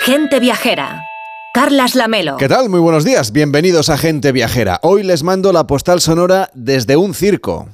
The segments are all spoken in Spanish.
Gente Viajera. Carlas Lamelo. ¿Qué tal? Muy buenos días. Bienvenidos a Gente Viajera. Hoy les mando la postal sonora desde un circo.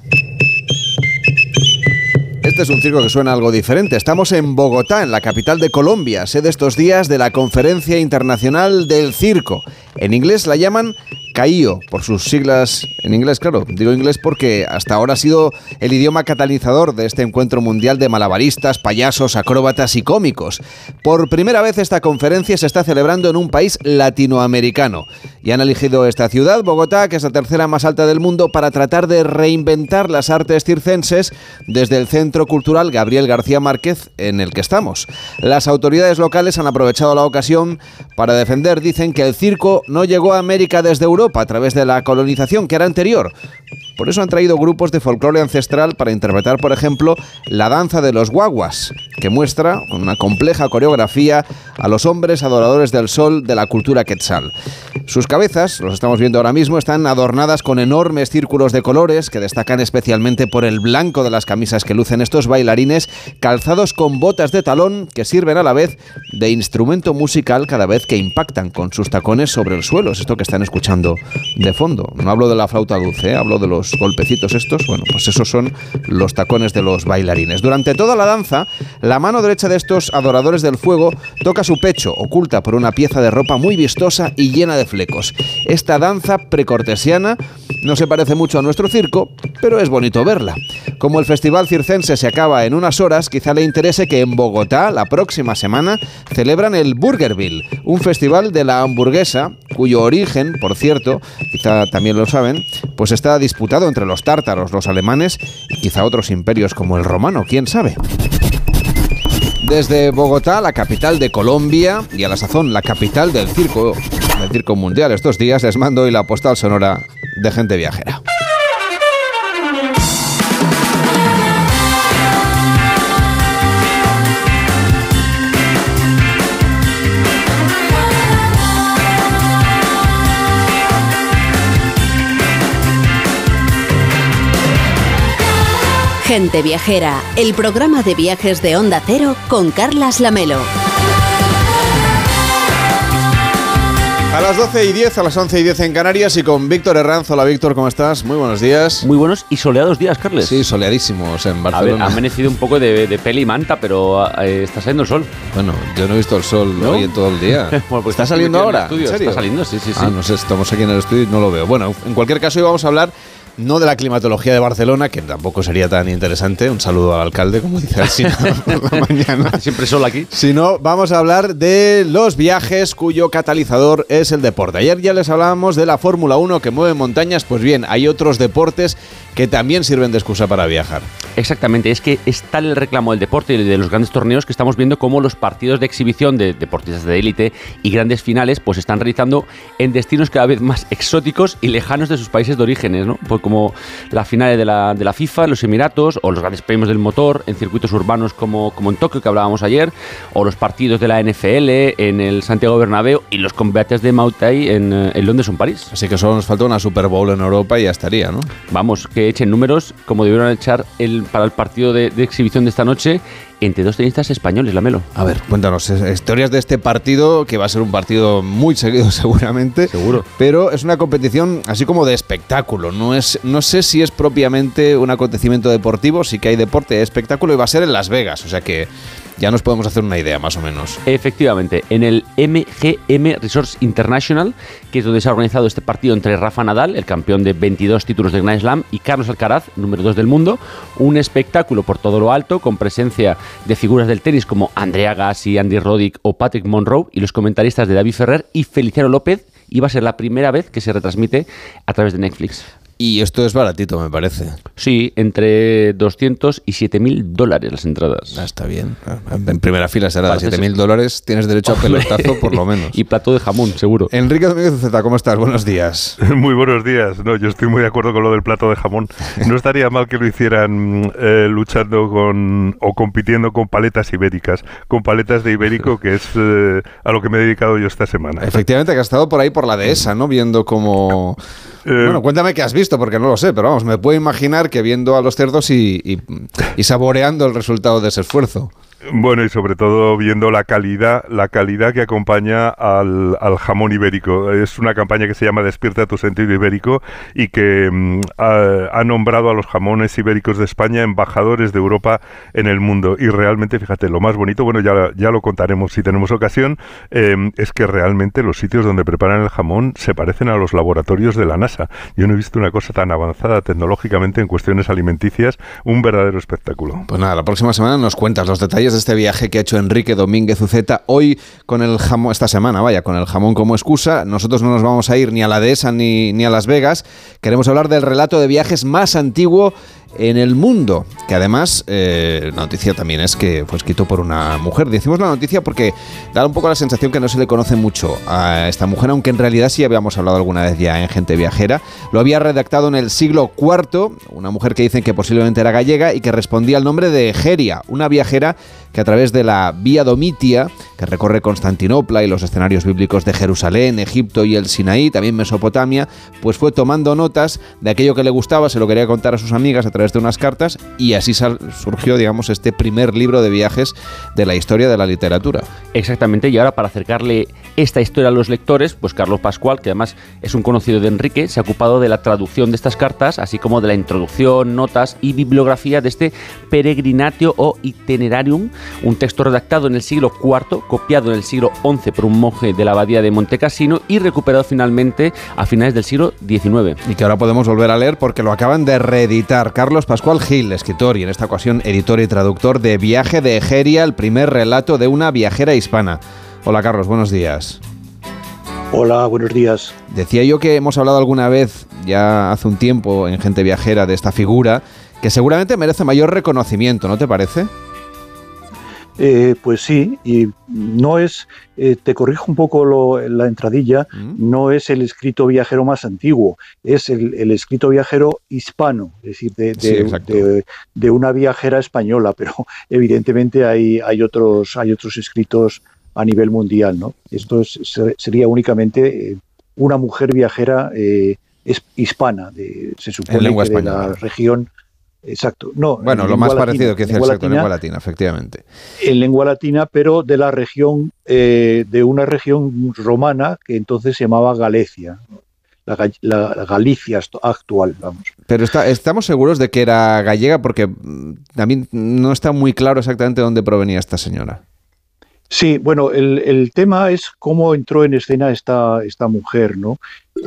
Este es un circo que suena algo diferente. Estamos en Bogotá, en la capital de Colombia, sede estos días de la Conferencia Internacional del Circo. En inglés la llaman CAIO, por sus siglas en inglés, claro. Digo inglés porque hasta ahora ha sido el idioma catalizador de este encuentro mundial de malabaristas, payasos, acróbatas y cómicos. Por primera vez esta conferencia se está celebrando en un país latinoamericano. Y han elegido esta ciudad, Bogotá, que es la tercera más alta del mundo, para tratar de reinventar las artes circenses desde el Centro Cultural Gabriel García Márquez, en el que estamos. Las autoridades locales han aprovechado la ocasión para defender, dicen, que el circo no llegó a América desde Europa a través de la colonización, que era anterior. Por eso han traído grupos de folclore ancestral para interpretar, por ejemplo, la danza de los guaguas, que muestra con una compleja coreografía a los hombres adoradores del sol de la cultura quetzal. Sus cabezas, los estamos viendo ahora mismo, están adornadas con enormes círculos de colores que destacan especialmente por el blanco de las camisas que lucen estos bailarines, calzados con botas de talón que sirven a la vez de instrumento musical cada vez que impactan con sus tacones sobre el suelo. Es esto que están escuchando de fondo. No hablo de la flauta dulce, hablo de los golpecitos estos. Bueno, pues esos son los tacones de los bailarines. Durante toda la danza, la mano derecha de estos adoradores del fuego toca su pecho, oculta por una pieza de ropa muy vistosa y llena de flecos. Esta danza precortesiana no se parece mucho a nuestro circo, pero es bonito verla. Como el Festival Circense se acaba en unas horas, quizá le interese que en Bogotá, la próxima semana, celebran el Burgerville, un festival de la hamburguesa, cuyo origen, por cierto, quizá también lo saben, pues está disputado entre los tártaros, los alemanes y quizá otros imperios como el romano, quién sabe. Desde Bogotá, la capital de Colombia, y a la sazón la capital del circo mundial, estos días les mando hoy la postal sonora de Gente Viajera. Gente Viajera, el programa de viajes de Onda Cero con Carlas Lamelo. A las 12:10, a las 11:10 en Canarias y con Víctor Herranz. Hola Víctor, ¿cómo estás? Muy buenos días. Muy buenos y soleados días, Carles. Sí, soleadísimos en Barcelona. A ver, ha amanecido un poco de peli y manta, pero está saliendo el sol. Bueno, yo no he visto el sol, ¿no?, hoy en todo el día. Bueno, pues ¿Está saliendo ahora? ¿En serio? Está saliendo, sí. Ah, no sé, estamos aquí en el estudio y no lo veo. Bueno, en cualquier caso hoy vamos a hablar no de la climatología de Barcelona, que tampoco sería tan interesante, un saludo al alcalde, como dice Alsina por la mañana. Siempre sol aquí. Sino vamos a hablar de los viajes cuyo catalizador es el deporte. Ayer ya les hablábamos de la Fórmula 1 que mueve montañas, pues bien, hay otros deportes que también sirven de excusa para viajar. Exactamente, es que es tal el reclamo del deporte y de los grandes torneos que estamos viendo cómo los partidos de exhibición de deportistas de élite y grandes finales pues se están realizando en destinos cada vez más exóticos y lejanos de sus países de orígenes, ¿no? Pues como la final de la FIFA en los Emiratos, o los grandes premios del motor en circuitos urbanos como en Tokio, que hablábamos ayer, o los partidos de la NFL en el Santiago Bernabéu y los combates de Muay Thai en Londres o en París. Así que solo nos falta una Super Bowl en Europa y ya estaría, ¿no? Vamos, que echen números como debieron echar para el partido de exhibición de esta noche entre dos tenistas españoles, Lamelo. A ver, cuéntanos historias de este partido, que va a ser un partido muy seguido seguramente. Seguro. Pero es una competición así como de espectáculo. No sé si es propiamente un acontecimiento deportivo, sí que hay deporte, espectáculo, y va a ser en Las Vegas, o sea que ya nos podemos hacer una idea más o menos. Efectivamente, en el MGM Resorts International, que es donde se ha organizado este partido entre Rafa Nadal, el campeón de 22 títulos de Grand Slam, y Carlos Alcaraz, número 2 del mundo. Un espectáculo por todo lo alto, con presencia de figuras del tenis como Andrea Agassi, Andy Roddick o Patrick Monroe, y los comentaristas de David Ferrer y Feliciano López. Y va a ser la primera vez que se retransmite a través de Netflix. Y esto es baratito, me parece. Sí, entre $200 y $7.000 las entradas. Ah, está bien. En primera fila será de $7.000. Tienes derecho a pelotazo, por lo menos. Y plato de jamón, seguro. Enrique Domínguez Uceta, ¿cómo estás? Buenos días. Muy buenos días. No, yo estoy muy de acuerdo con lo del plato de jamón. No estaría mal que lo hicieran luchando o compitiendo con paletas ibéricas. Con paletas de ibérico, que es a lo que me he dedicado yo esta semana. Efectivamente, que has estado por ahí por la dehesa, ¿no? Viendo cómo... Bueno, cuéntame qué has visto, porque no lo sé, pero vamos, me puedo imaginar que viendo a los cerdos y saboreando el resultado de ese esfuerzo. Bueno, y sobre todo viendo la calidad que acompaña al jamón ibérico. Es una campaña que se llama Despierta tu sentido ibérico y que ha nombrado a los jamones ibéricos de España embajadores de Europa en el mundo. Y realmente, fíjate, lo más bonito, bueno, ya lo contaremos si tenemos ocasión, es que realmente los sitios donde preparan el jamón se parecen a los laboratorios de la NASA. Yo no he visto una cosa tan avanzada tecnológicamente en cuestiones alimenticias, un verdadero espectáculo. Pues nada, la próxima semana nos cuentas los detalles de este viaje que ha hecho Enrique Domínguez Uceta. Hoy con el jamón, esta semana, con el jamón como excusa. Nosotros no nos vamos a ir ni a la dehesa ni a Las Vegas. Queremos hablar del relato de viajes más antiguo en el mundo, que además la noticia también es que fue escrito por una mujer. Decimos la noticia porque da un poco la sensación que no se le conoce mucho a esta mujer, aunque en realidad sí habíamos hablado alguna vez ya en Gente Viajera. Lo había redactado en el siglo IV, una mujer que dicen que posiblemente era gallega y que respondía al nombre de Egeria, una viajera que a través de la Vía Domitia, que recorre Constantinopla y los escenarios bíblicos de Jerusalén, Egipto y el Sinaí, también Mesopotamia, pues fue tomando notas de aquello que le gustaba, se lo quería contar a sus amigas a través de unas cartas, y así surgió, digamos, este primer libro de viajes de la historia de la literatura. Exactamente, y ahora para acercarle esta historia a los lectores, pues Carlos Pascual, que además es un conocido de Enrique, se ha ocupado de la traducción de estas cartas, así como de la introducción, notas y bibliografía de este Peregrinatio o Itinerarium, un texto redactado en el siglo IV, copiado en el siglo XI por un monje de la abadía de Montecassino y recuperado finalmente a finales del siglo XIX. Y que ahora podemos volver a leer porque lo acaban de reeditar. Carlos Pascual Gil, escritor y en esta ocasión editor y traductor de Viaje de Egeria, el primer relato de una viajera hispana. Hola Carlos, buenos días. Hola, buenos días. Decía yo que hemos hablado alguna vez, ya hace un tiempo, en Gente Viajera, de esta figura, que seguramente merece mayor reconocimiento, ¿no te parece? Pues sí, y no es, te corrijo un poco la entradilla, no es el escrito viajero más antiguo, es el escrito viajero hispano, es decir, de una viajera española, pero evidentemente hay otros escritos a nivel mundial, ¿no? Esto sería únicamente una mujer viajera hispana, se supone en lengua que española, de la región. Exacto. No, bueno, lo más latina, parecido que es exacto, lengua latina, efectivamente. En lengua latina, pero de la región, de una región romana que entonces se llamaba Galicia, la Galicia actual, vamos. Pero estamos seguros de que era gallega porque también no está muy claro exactamente dónde provenía esta señora. Sí, bueno, el tema es cómo entró en escena esta mujer, ¿no?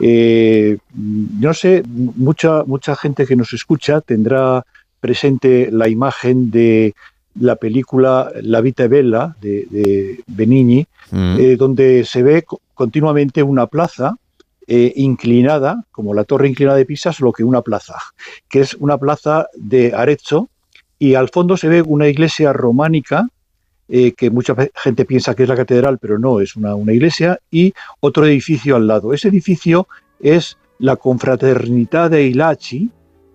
No sé, mucha gente que nos escucha tendrá presente la imagen de la película La Vita Bella de Benigni, donde se ve continuamente una plaza inclinada, como la torre inclinada de Pisa, solo que una plaza, que es una plaza de Arezzo, y al fondo se ve una iglesia románica, que mucha gente piensa que es la catedral, pero no, es una iglesia, y otro edificio al lado. Ese edificio es la Confraternidad de Ilachi,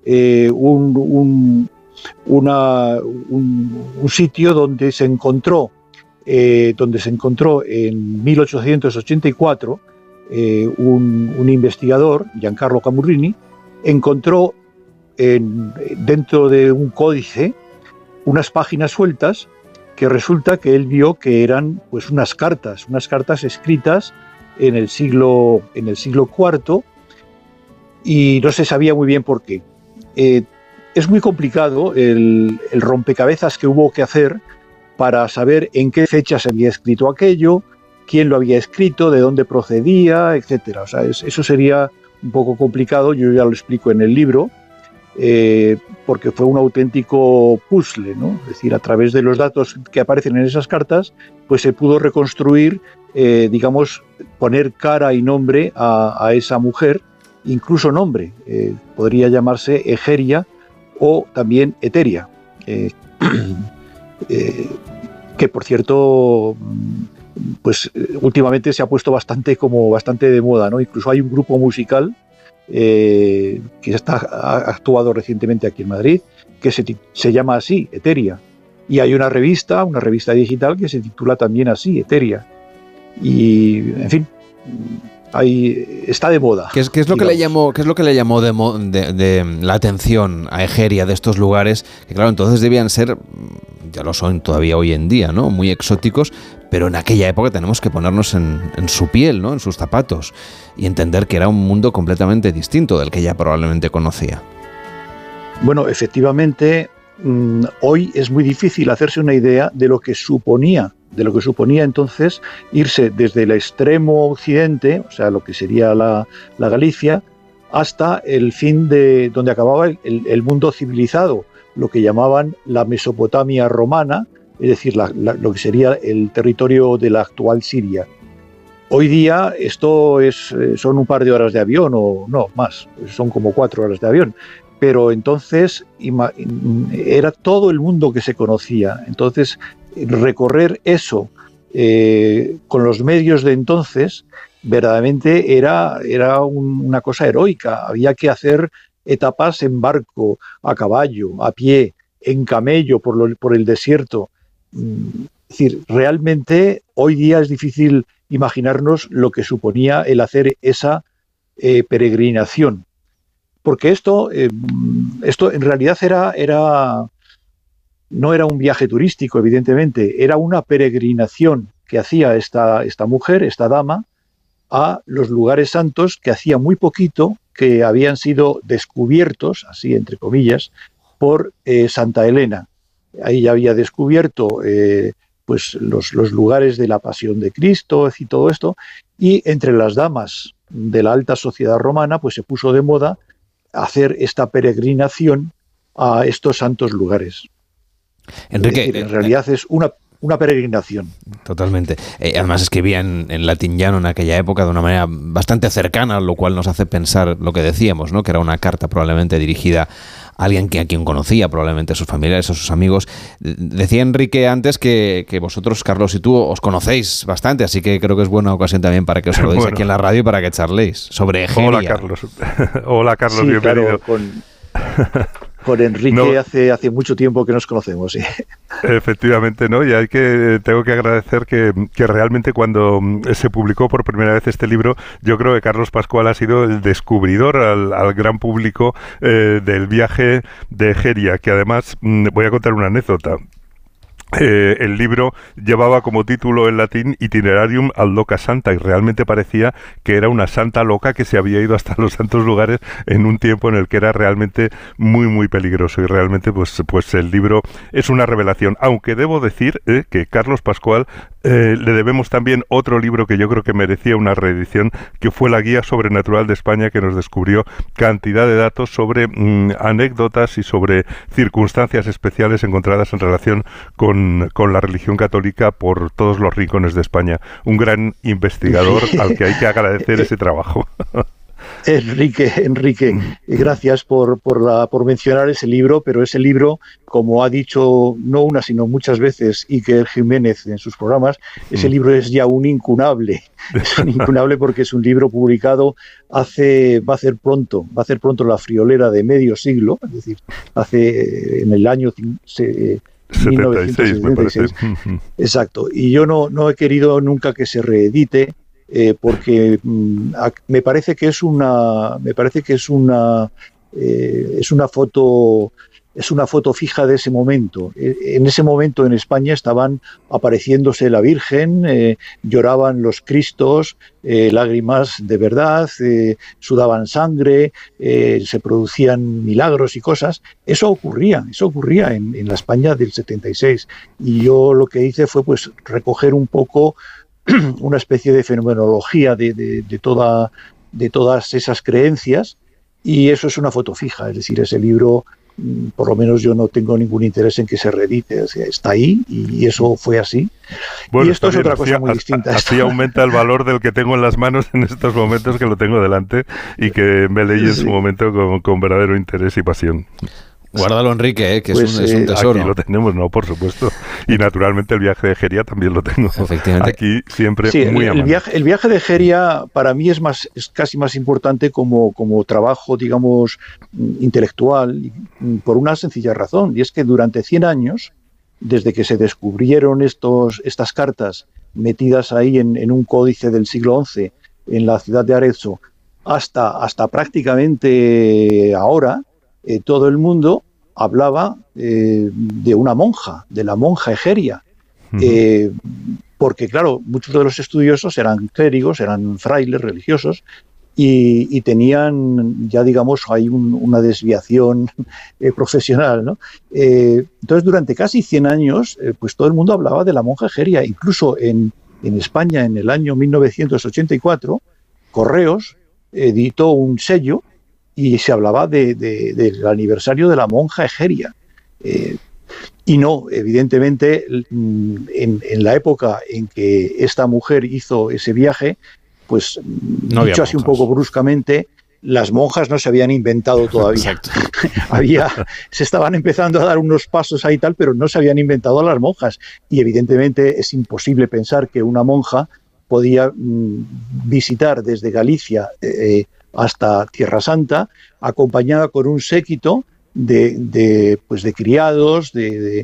un sitio donde se encontró en 1884 un investigador, Giancarlo Camurrini, encontró dentro de un códice unas páginas sueltas que resulta que él vio que eran pues unas cartas escritas en el siglo IV, y no se sabía muy bien por qué. Es muy complicado el rompecabezas que hubo que hacer para saber en qué fecha se había escrito aquello, quién lo había escrito, de dónde procedía, etcétera. O sea, eso sería un poco complicado, yo ya lo explico en el libro, porque fue un auténtico puzzle, ¿no? Es decir, a través de los datos que aparecen en esas cartas, pues se pudo reconstruir, digamos, poner cara y nombre a esa mujer, incluso nombre, podría llamarse Egeria o también Eteria, que por cierto, pues últimamente se ha puesto bastante de moda, ¿no? Incluso hay un grupo musical que ha actuado recientemente aquí en Madrid, que se llama así, Eteria, y hay una revista digital que se titula también así, Eteria, y en fin, está de moda. ¿Qué es lo que le llamó de la atención a Egeria de estos lugares? Que claro, entonces debían ser ya lo son todavía hoy en día, ¿no? Muy exóticos, pero en aquella época tenemos que ponernos en su piel, ¿no? En sus zapatos, y entender que era un mundo completamente distinto del que ella probablemente conocía. Bueno, efectivamente, hoy es muy difícil hacerse una idea de lo que suponía entonces irse desde el extremo occidente, o sea, lo que sería la Galicia, hasta el fin de donde acababa el mundo civilizado, lo que llamaban la Mesopotamia romana, es decir, lo que sería el territorio de la actual Siria. Hoy día esto son un par de horas de avión, o no, más, son como 4 horas de avión. Pero entonces era todo el mundo que se conocía. Entonces, recorrer eso con los medios de entonces, verdaderamente era una cosa heroica. Había que hacer etapas en barco, a caballo, a pie, en camello, por el desierto. Es decir, realmente hoy día es difícil imaginarnos lo que suponía el hacer esa peregrinación. Porque esto en realidad no era un viaje turístico, evidentemente, era una peregrinación que hacía esta mujer, esta dama, a los lugares santos que hacía muy poquito que habían sido descubiertos, así entre comillas, por Santa Elena. Ahí ya había descubierto pues los lugares de la Pasión de Cristo y todo esto, y entre las damas de la alta sociedad romana pues se puso de moda hacer esta peregrinación a estos santos lugares. Enrique, es decir, en realidad es una peregrinación. Totalmente. Además escribía en latín llano en aquella época de una manera bastante cercana, lo cual nos hace pensar lo que decíamos, ¿no? Que era una carta probablemente dirigida a alguien a quien conocía, probablemente a sus familiares o sus amigos. Decía Enrique antes que vosotros, Carlos y tú, os conocéis bastante, así que creo que es buena ocasión también para que os saludéis aquí en la radio y para que charléis sobre Egeria. Hola, Carlos. Hola, Carlos, sí, bienvenido. Claro, con Enrique hace mucho tiempo que nos conocemos, sí. Efectivamente, ¿no? Y tengo que agradecer que realmente cuando se publicó por primera vez este libro, yo creo que Carlos Pascual ha sido el descubridor al gran público del viaje de Egeria, que además voy a contar una anécdota. El libro llevaba como título en latín Itinerarium ad loca santa, y realmente parecía que era una santa loca que se había ido hasta los santos lugares en un tiempo en el que era realmente muy muy peligroso, y realmente pues el libro es una revelación, aunque debo decir que Carlos Pascual le debemos también otro libro que yo creo que merecía una reedición, que fue la Guía Sobrenatural de España, que nos descubrió cantidad de datos sobre anécdotas y sobre circunstancias especiales encontradas en relación con la religión católica por todos los rincones de España. Un gran investigador al que hay que agradecer ese trabajo. Enrique, gracias por mencionar ese libro, pero ese libro, como ha dicho no una sino muchas veces Iker Jiménez en sus programas, ese libro es ya un incunable. Es un incunable porque es un libro publicado va a hacer pronto la friolera de medio siglo, es decir, en el año 1976, me parece. Exacto, y yo no he querido nunca que se reedite porque me parece que es una foto fija de ese momento. En ese momento en España estaban apareciéndose la Virgen, lloraban los Cristos, lágrimas de verdad, sudaban sangre, se producían milagros y cosas. Eso ocurría en la España del 76. Y yo lo que hice fue pues recoger un poco una especie de fenomenología de todas esas creencias, y eso es una foto fija. Es decir, ese libro, por lo menos yo no tengo ningún interés en que se reedite, o sea, está ahí y eso fue así. Bueno, y esto es otra cosa muy distinta. Así aumenta el valor del que tengo en las manos en estos momentos, que lo tengo delante y que me leí en su momento con verdadero interés y pasión. Guárdalo, Enrique, que pues, es un tesoro. Aquí lo tenemos, no, por supuesto. Y naturalmente el viaje de Egeria también lo tengo. Efectivamente. Aquí siempre muy el viaje de Egeria para mí es casi más importante como trabajo, digamos, intelectual, por una sencilla razón, y es que durante 100 años, desde que se descubrieron estas cartas metidas ahí en un códice del siglo XI en la ciudad de Arezzo, hasta prácticamente ahora, todo el mundo hablaba de una monja, de la monja Egeria. Porque, claro, muchos de los estudiosos eran clérigos, eran frailes religiosos, y tenían, ya digamos, hay una desviación profesional, ¿no? Entonces, durante casi 100 años, pues todo el mundo hablaba de la monja Egeria. Incluso en España, en el año 1984, Correos editó un sello y se hablaba del aniversario de la monja Egeria. Y no, evidentemente, en la época en que esta mujer hizo ese viaje, pues, no dicho así un poco bruscamente, las monjas no se habían inventado todavía. Se estaban empezando a dar unos pasos ahí y tal, pero no se habían inventado las monjas. Y evidentemente es imposible pensar que una monja podía visitar desde Galicia hasta Tierra Santa, acompañada con un séquito de criados,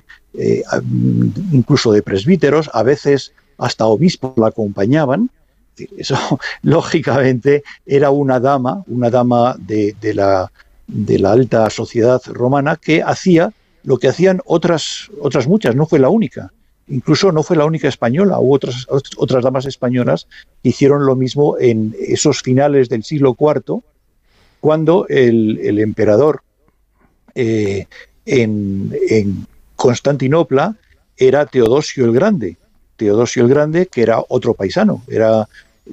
incluso de presbíteros, a veces hasta obispos la acompañaban. Eso, lógicamente, era una dama de la alta sociedad romana, que hacía lo que hacían otras muchas. No fue la única. Incluso no fue la única española. Hubo otras damas españolas que hicieron lo mismo en esos finales del siglo IV, cuando el emperador en Constantinopla era Teodosio el Grande. Teodosio el Grande, que era otro paisano, era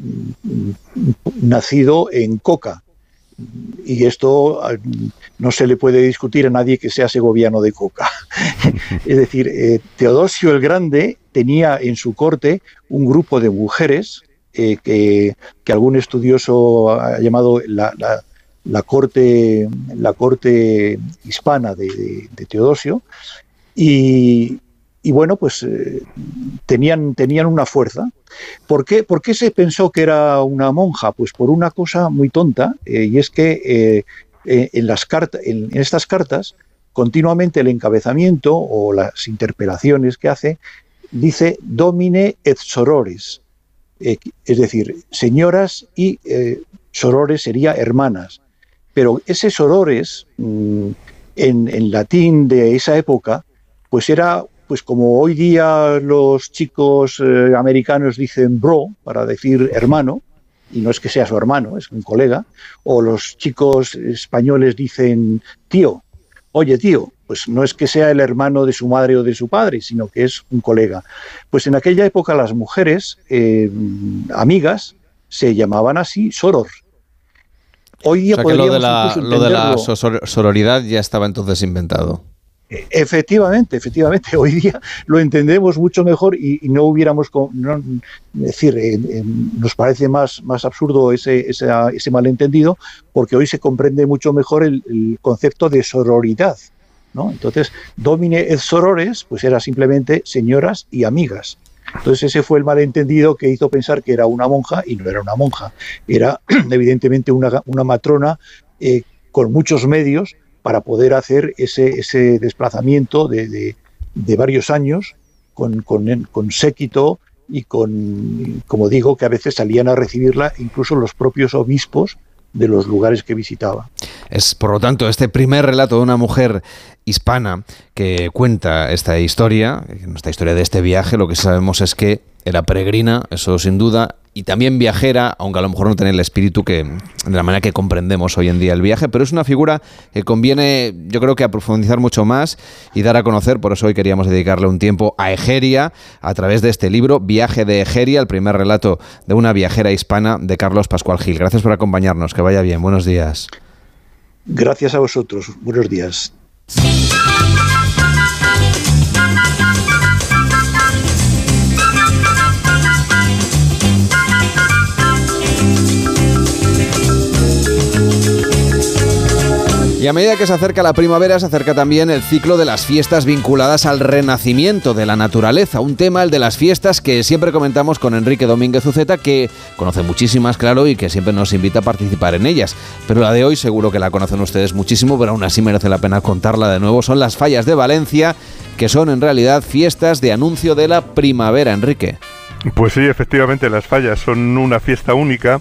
nacido en Coca. Y esto no se le puede discutir a nadie que sea segoviano de Coca. Es decir, Teodosio el Grande tenía en su corte un grupo de mujeres que algún estudioso ha llamado la corte hispana de Teodosio, y bueno, pues tenían una fuerza. ¿Por qué se pensó que era una monja? Pues por una cosa muy tonta, y es que en estas cartas, continuamente el encabezamiento o las interpelaciones que hace, dice Domine et sorores, es decir, señoras, y sorores sería hermanas. Pero ese sorores, en latín de esa época, pues era, pues como hoy día los chicos americanos dicen bro para decir hermano, y no es que sea su hermano, es un colega, o los chicos españoles dicen tío. Oye, tío, pues no es que sea el hermano de su madre o de su padre, sino que es un colega. Pues en aquella época las mujeres amigas se llamaban así soror. Hoy día, o sea, que lo de la sororidad ya estaba entonces inventado. Efectivamente, hoy día lo entendemos mucho mejor y no hubiéramos, nos parece más absurdo ese malentendido, porque hoy se comprende mucho mejor el concepto de sororidad, ¿no? Entonces, Domine et sorores, pues era simplemente señoras y amigas. Entonces ese fue el malentendido que hizo pensar que era una monja, y no era una monja, era evidentemente una matrona con muchos medios para poder hacer ese desplazamiento de varios años con séquito y con, como digo, que a veces salían a recibirla incluso los propios obispos de los lugares que visitaba. Es, por lo tanto, este primer relato de una mujer hispana que cuenta esta historia de este viaje. Lo que sabemos es que era peregrina, eso sin duda, y también viajera, aunque a lo mejor no tenía el espíritu de la manera que comprendemos hoy en día el viaje, pero es una figura que conviene, yo creo que a profundizar mucho más y dar a conocer. Por eso hoy queríamos dedicarle un tiempo a Egeria a través de este libro, Viaje de Egeria, el primer relato de una viajera hispana, de Carlos Pascual Gil. Gracias por acompañarnos, que vaya bien, buenos días. Gracias a vosotros, buenos días. Y a medida que se acerca la primavera, se acerca también el ciclo de las fiestas vinculadas al renacimiento de la naturaleza. Un tema, el de las fiestas, que siempre comentamos con Enrique Domínguez Uceta, que conoce muchísimas, claro, y que siempre nos invita a participar en ellas. Pero la de hoy seguro que la conocen ustedes muchísimo, pero aún así merece la pena contarla de nuevo. Son las Fallas de Valencia, que son en realidad fiestas de anuncio de la primavera, Enrique. Pues sí, efectivamente, las fallas son una fiesta única.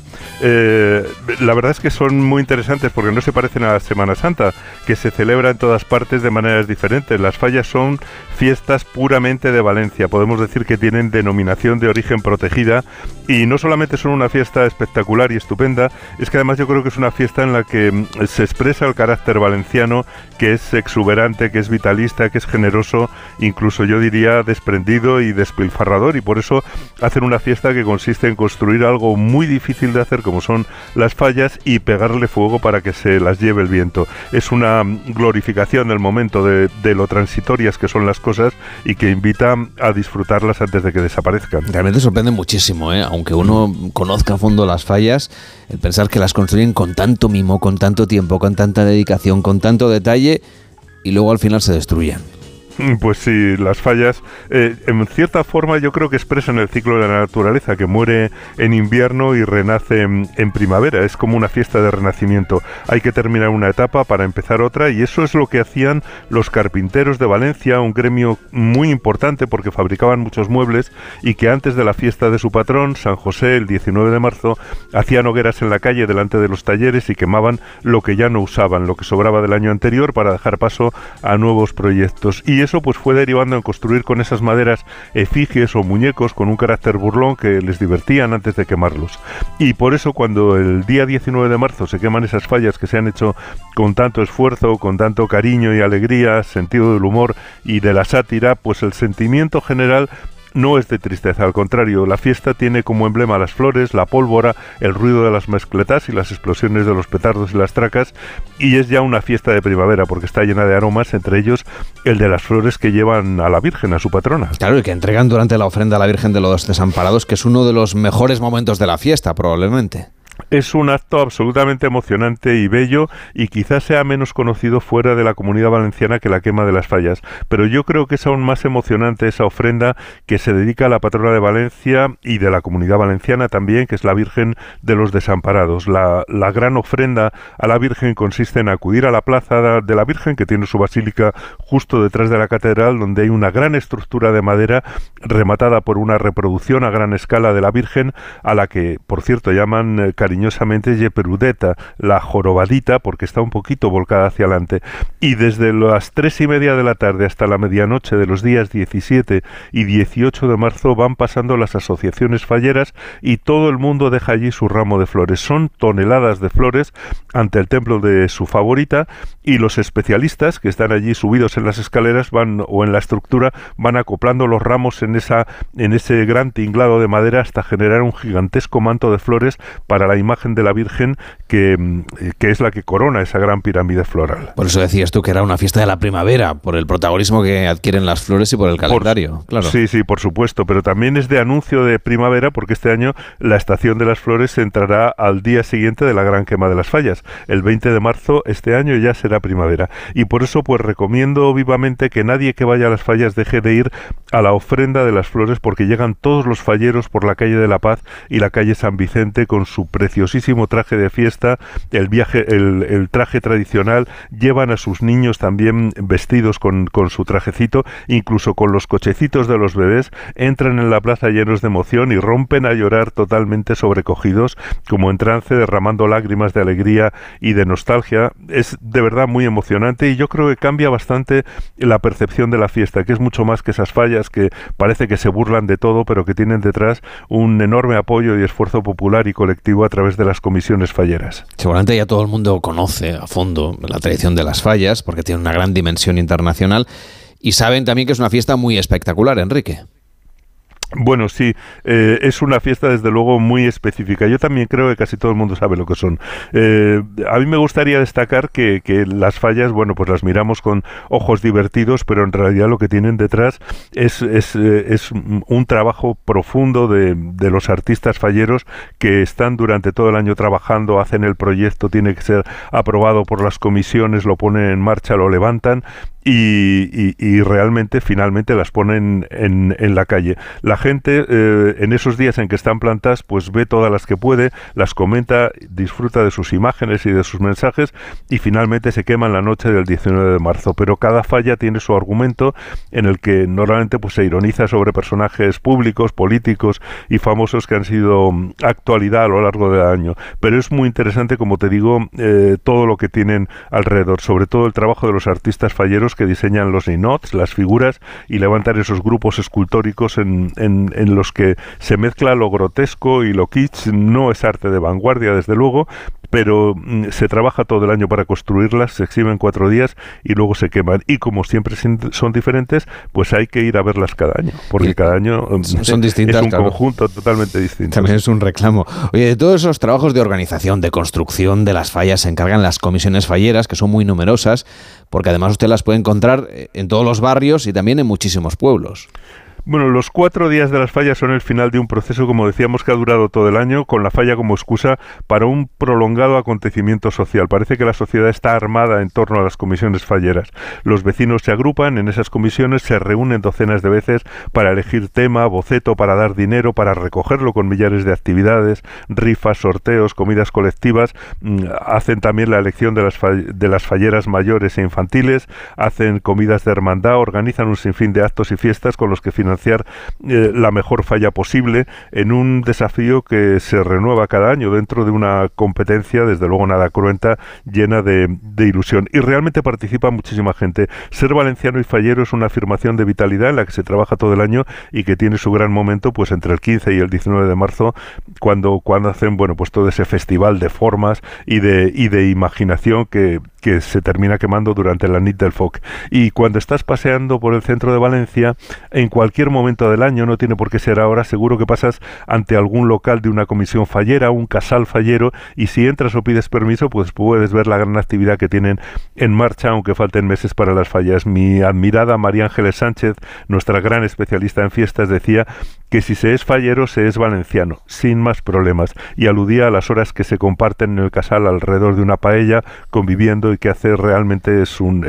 La verdad es que son muy interesantes porque no se parecen a la Semana Santa, que se celebra en todas partes de maneras diferentes. Las fallas son fiestas puramente de Valencia. Podemos decir que tienen denominación de origen protegida y no solamente son una fiesta espectacular y estupenda, es que además yo creo que es una fiesta en la que se expresa el carácter valenciano, que es exuberante, que es vitalista, que es generoso, incluso yo diría desprendido y despilfarrador, y por eso hacen una fiesta que consiste en construir algo muy difícil de hacer como son las fallas y pegarle fuego para que se las lleve el viento. Es una glorificación del momento, de lo transitorias que son las cosas y que invita a disfrutarlas antes de que desaparezcan. Realmente sorprende muchísimo, aunque uno conozca a fondo las fallas, el pensar que las construyen con tanto mimo, con tanto tiempo, con tanta dedicación, con tanto detalle y luego al final se destruyen. Pues sí, las fallas en cierta forma yo creo que expresan el ciclo de la naturaleza, que muere en invierno y renace en primavera. Es como una fiesta de renacimiento. Hay que terminar una etapa para empezar otra, y eso es lo que hacían los carpinteros de Valencia, un gremio muy importante porque fabricaban muchos muebles, y que antes de la fiesta de su patrón, San José, el 19 de marzo, hacían hogueras en la calle delante de los talleres y quemaban lo que ya no usaban, lo que sobraba del año anterior, para dejar paso a nuevos proyectos. Y eso pues fue derivando en construir con esas maderas efigies o muñecos con un carácter burlón que les divertían antes de quemarlos. Y por eso cuando el día 19 de marzo se queman esas fallas que se han hecho con tanto esfuerzo, con tanto cariño y alegría, sentido del humor y de la sátira, pues el sentimiento general no es de tristeza, al contrario, la fiesta tiene como emblema las flores, la pólvora, el ruido de las mascletas y las explosiones de los petardos y las tracas, y es ya una fiesta de primavera porque está llena de aromas, entre ellos el de las flores que llevan a la Virgen, a su patrona. Claro, y que entregan durante la ofrenda a la Virgen de los Desamparados, que es uno de los mejores momentos de la fiesta, probablemente. Es un acto absolutamente emocionante y bello, y quizás sea menos conocido fuera de la Comunidad Valenciana que la quema de las fallas, pero yo creo que es aún más emocionante esa ofrenda que se dedica a la patrona de Valencia y de la Comunidad Valenciana también, que es la Virgen de los Desamparados. La gran ofrenda a la Virgen consiste en acudir a la plaza de la Virgen, que tiene su basílica justo detrás de la catedral, donde hay una gran estructura de madera rematada por una reproducción a gran escala de la Virgen, a la que, por cierto, llaman cariñosamente Yeperudeta, la jorobadita, porque está un poquito volcada hacia adelante. Y desde las 3:30 de la tarde hasta la medianoche de los días 17 y 18 de marzo van pasando las asociaciones falleras y todo el mundo deja allí su ramo de flores. Son toneladas de flores ante el templo de su favorita, y los especialistas que están allí subidos en las escaleras o en la estructura van acoplando los ramos en ese gran tinglado de madera hasta generar un gigantesco manto de flores para la imagen de la Virgen que es la que corona esa gran pirámide floral. Por eso decías tú que era una fiesta de la primavera, por el protagonismo que adquieren las flores y por el calendario. Claro. Sí, por supuesto, pero también es de anuncio de primavera porque este año la estación de las flores se entrará al día siguiente de la gran quema de las fallas. El 20 de marzo este año ya será primavera, y por eso pues recomiendo vivamente que nadie que vaya a las fallas deje de ir a la ofrenda de las flores, porque llegan todos los falleros por la calle de la Paz y la calle San Vicente con su preciosísimo traje de fiesta, el traje tradicional, llevan a sus niños también vestidos con su trajecito, incluso con los cochecitos de los bebés, entran en la plaza llenos de emoción y rompen a llorar totalmente sobrecogidos, como en trance, derramando lágrimas de alegría y de nostalgia. Es de verdad muy emocionante, y yo creo que cambia bastante la percepción de la fiesta, que es mucho más que esas fallas que parece que se burlan de todo, pero que tienen detrás un enorme apoyo y esfuerzo popular y colectivo a través de las comisiones falleras. Seguramente ya todo el mundo conoce a fondo la tradición de las fallas, porque tiene una gran dimensión internacional, y saben también que es una fiesta muy espectacular, Enrique. Bueno, sí, es una fiesta desde luego muy específica. Yo también creo que casi todo el mundo sabe lo que son. A mí me gustaría destacar que las fallas, bueno, pues las miramos con ojos divertidos, pero en realidad lo que tienen detrás es un trabajo profundo de los artistas falleros que están durante todo el año trabajando, hacen el proyecto, tiene que ser aprobado por las comisiones, lo ponen en marcha, lo levantan, y realmente finalmente las ponen en la calle. La gente en esos días en que están plantadas pues ve todas las que puede, las comenta, disfruta de sus imágenes y de sus mensajes y finalmente se queman la noche del 19 de marzo. Pero cada falla tiene su argumento en el que normalmente pues se ironiza sobre personajes públicos, políticos y famosos que han sido actualidad a lo largo del año. Pero es muy interesante, como te digo, todo lo que tienen alrededor, sobre todo el trabajo de los artistas falleros que diseñan los ninots, las figuras, y levantan esos grupos escultóricos en los que se mezcla lo grotesco y lo kitsch. No es arte de vanguardia, desde luego, pero se trabaja todo el año para construirlas, se exhiben 4 días y luego se queman. Y como siempre son diferentes, pues hay que ir a verlas cada año, porque cada año son distintas, es un conjunto totalmente distinto. También es un reclamo. Oye, de todos esos trabajos de organización, de construcción de las fallas, se encargan las comisiones falleras, que son muy numerosas, porque además usted las puede encontrar en todos los barrios y también en muchísimos pueblos. Bueno, los 4 días de las fallas son el final de un proceso, como decíamos, que ha durado todo el año, con la falla como excusa para un prolongado acontecimiento social. Parece que la sociedad está armada en torno a las comisiones falleras. Los vecinos se agrupan en esas comisiones, se reúnen docenas de veces para elegir tema, boceto, para dar dinero, para recogerlo con millares de actividades, rifas, sorteos, comidas colectivas. Hacen también la elección de las falleras mayores e infantiles, hacen comidas de hermandad, organizan un sinfín de actos y fiestas con los que financiar la mejor falla posible, en un desafío que se renueva cada año dentro de una competencia, desde luego nada cruenta, llena de ilusión. Y realmente participa muchísima gente. Ser valenciano y fallero es una afirmación de vitalidad en la que se trabaja todo el año y que tiene su gran momento pues entre el 15 y el 19 de marzo, cuando hacen pues todo ese festival de formas y de imaginación que se termina quemando durante la nit del foc. Y cuando estás paseando por el centro de Valencia, en cualquier momento del año, no tiene por qué ser ahora, seguro que pasas ante algún local de una comisión fallera, un casal fallero, y si entras o pides permiso, pues puedes ver la gran actividad que tienen en marcha, aunque falten meses para las fallas. Mi admirada María Ángeles Sánchez, nuestra gran especialista en fiestas, decía que si se es fallero, se es valenciano, sin más problemas, y aludía a las horas que se comparten en el casal alrededor de una paella, conviviendo, y que hace realmente es un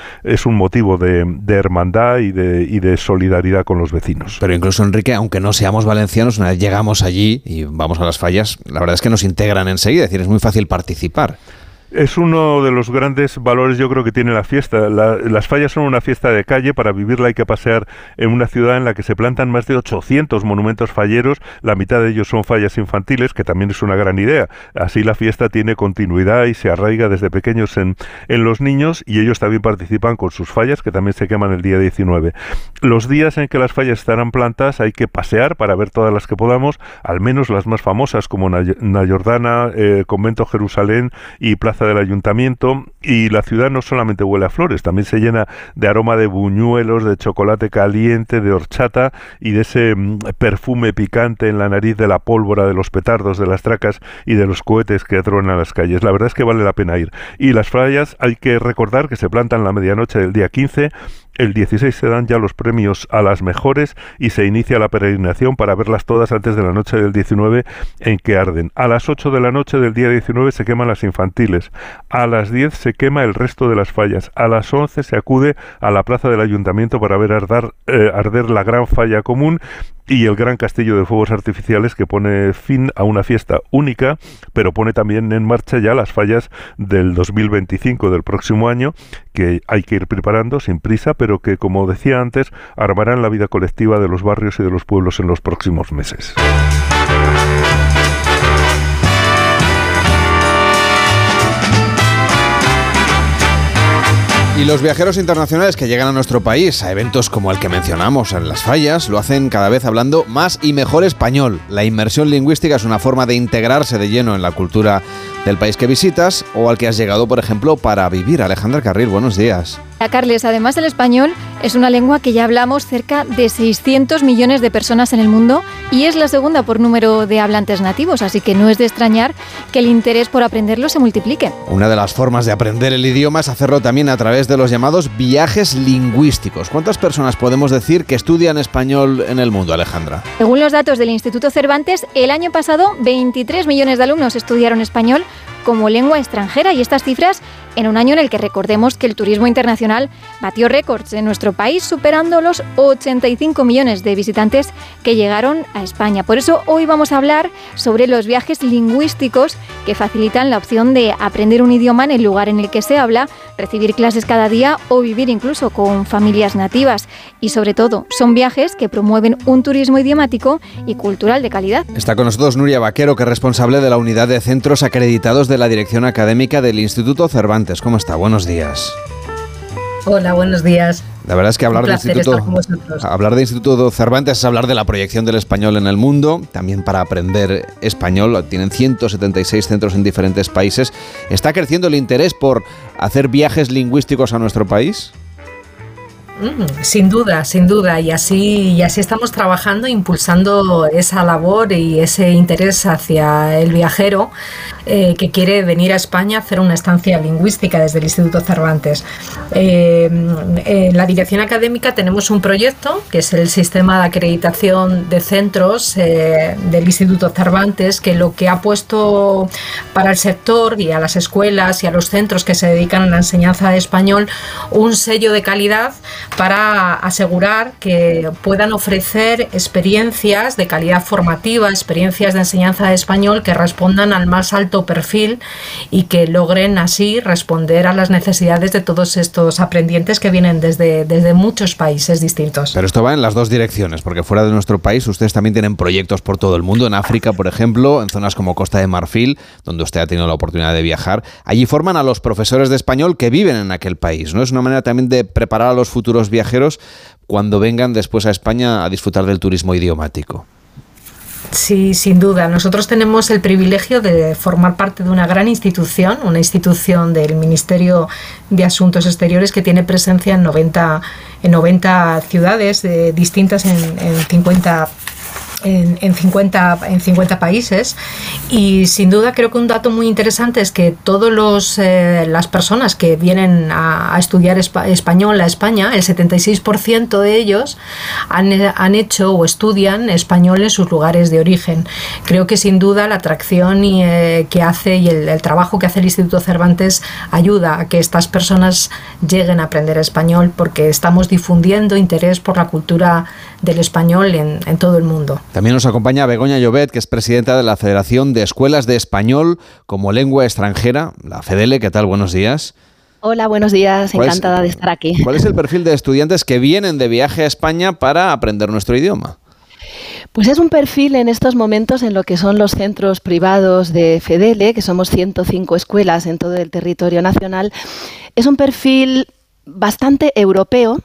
motivo de hermandad y de solidaridad con los vecinos. Pero incluso, Enrique, aunque no seamos valencianos, una vez llegamos allí y vamos a las fallas, la verdad es que nos integran enseguida, es decir, es muy fácil participar. Es uno de los grandes valores, yo creo, que tiene la fiesta. Las fallas son una fiesta de calle. Para vivirla hay que pasear en una ciudad en la que se plantan más de 800 monumentos falleros. La mitad de ellos son fallas infantiles, que también es una gran idea. Así la fiesta tiene continuidad y se arraiga desde pequeños en los niños, y ellos también participan con sus fallas, que también se queman el día 19. Los días en que las fallas estarán plantadas hay que pasear para ver todas las que podamos, al menos las más famosas, como Nayordana, Convento Jerusalén y Plaza del Ayuntamiento. Y la ciudad no solamente huele a flores, también se llena de aroma de buñuelos, de chocolate caliente, de horchata y de ese perfume picante en la nariz de la pólvora, de los petardos, de las tracas y de los cohetes que truenan las calles. La verdad es que vale la pena ir. Y las fallas hay que recordar que se plantan la medianoche del día 15. El 16 se dan ya los premios a las mejores y se inicia la peregrinación para verlas todas antes de la noche del 19, en que arden. A las 8 de la noche del día 19 se queman las infantiles. A las 10 se quema el resto de las fallas. A las 11 se acude a la plaza del Ayuntamiento para ver arder la gran falla común y el gran castillo de fuegos artificiales, que pone fin a una fiesta única, pero pone también en marcha ya las fallas del 2025, del próximo año, que hay que ir preparando sin prisa, pero que, como decía antes, armarán la vida colectiva de los barrios y de los pueblos en los próximos meses. Y los viajeros internacionales que llegan a nuestro país a eventos como el que mencionamos en las fallas lo hacen cada vez hablando más y mejor español. La inmersión lingüística es una forma de integrarse de lleno en la cultura del país que visitas o al que has llegado, por ejemplo, para vivir. Alejandra Carril, buenos días. Carles, además del español, es una lengua que ya hablamos cerca de 600 millones de personas en el mundo y es la segunda por número de hablantes nativos, así que no es de extrañar que el interés por aprenderlo se multiplique. Una de las formas de aprender el idioma es hacerlo también a través de los llamados viajes lingüísticos. ¿Cuántas personas podemos decir que estudian español en el mundo, Alejandra? Según los datos del Instituto Cervantes, el año pasado 23 millones de alumnos estudiaron español, como lengua extranjera, y estas cifras en un año en el que recordemos que el turismo internacional batió récords en nuestro país, superando los 85 millones de visitantes que llegaron a España. Por eso hoy vamos a hablar sobre los viajes lingüísticos que facilitan la opción de aprender un idioma en el lugar en el que se habla, recibir clases cada día o vivir incluso con familias nativas. Y sobre todo, son viajes que promueven un turismo idiomático y cultural de calidad. Está con nosotros Nuria Vaquero, que es responsable de la unidad de centros acreditados de la Dirección Académica del Instituto Cervantes. ¿Cómo está? Buenos días. Hola, buenos días. La verdad es que hablar de Instituto Cervantes es hablar de la proyección del español en el mundo, también para aprender español. Tienen 176 centros en diferentes países. ¿Está creciendo el interés por hacer viajes lingüísticos a nuestro país? Sin duda, y así estamos trabajando, impulsando esa labor y ese interés hacia el viajero que quiere venir a España a hacer una estancia lingüística desde el Instituto Cervantes. En la Dirección Académica tenemos un proyecto que es el sistema de acreditación de centros del Instituto Cervantes, que lo que ha puesto para el sector y a las escuelas y a los centros que se dedican a la enseñanza de español un sello de calidad para asegurar que puedan ofrecer experiencias de calidad formativa, experiencias de enseñanza de español que respondan al más alto perfil y que logren así responder a las necesidades de todos estos aprendientes que vienen desde muchos países distintos. Pero esto va en las dos direcciones, porque fuera de nuestro país ustedes también tienen proyectos por todo el mundo, en África, por ejemplo, en zonas como Costa de Marfil, donde usted ha tenido la oportunidad de viajar. Allí forman a los profesores de español que viven en aquel país, ¿no? Es una manera también de preparar a los futuros viajeros cuando vengan después a España a disfrutar del turismo idiomático. Sí, sin duda. Nosotros tenemos el privilegio de formar parte de una gran institución, una institución del Ministerio de Asuntos Exteriores que tiene presencia en 90 ciudades distintas en 50 países, y sin duda creo que un dato muy interesante es que todas las personas que vienen a estudiar español a España, el 76% de ellos han hecho o estudian español en sus lugares de origen. Creo que sin duda la atracción que hace y el trabajo que hace el Instituto Cervantes ayuda a que estas personas lleguen a aprender español, porque estamos difundiendo interés por la cultura del español en todo el mundo. También nos acompaña Begoña Llobet, que es presidenta de la Federación de Escuelas de Español como Lengua Extranjera, la FEDELE. ¿Qué tal? Buenos días. Hola, buenos días. Encantada de estar aquí. ¿Cuál es el perfil de estudiantes que vienen de viaje a España para aprender nuestro idioma? Pues es un perfil en estos momentos en lo que son los centros privados de FEDELE, que somos 105 escuelas en todo el territorio nacional. Es un perfil bastante europeo.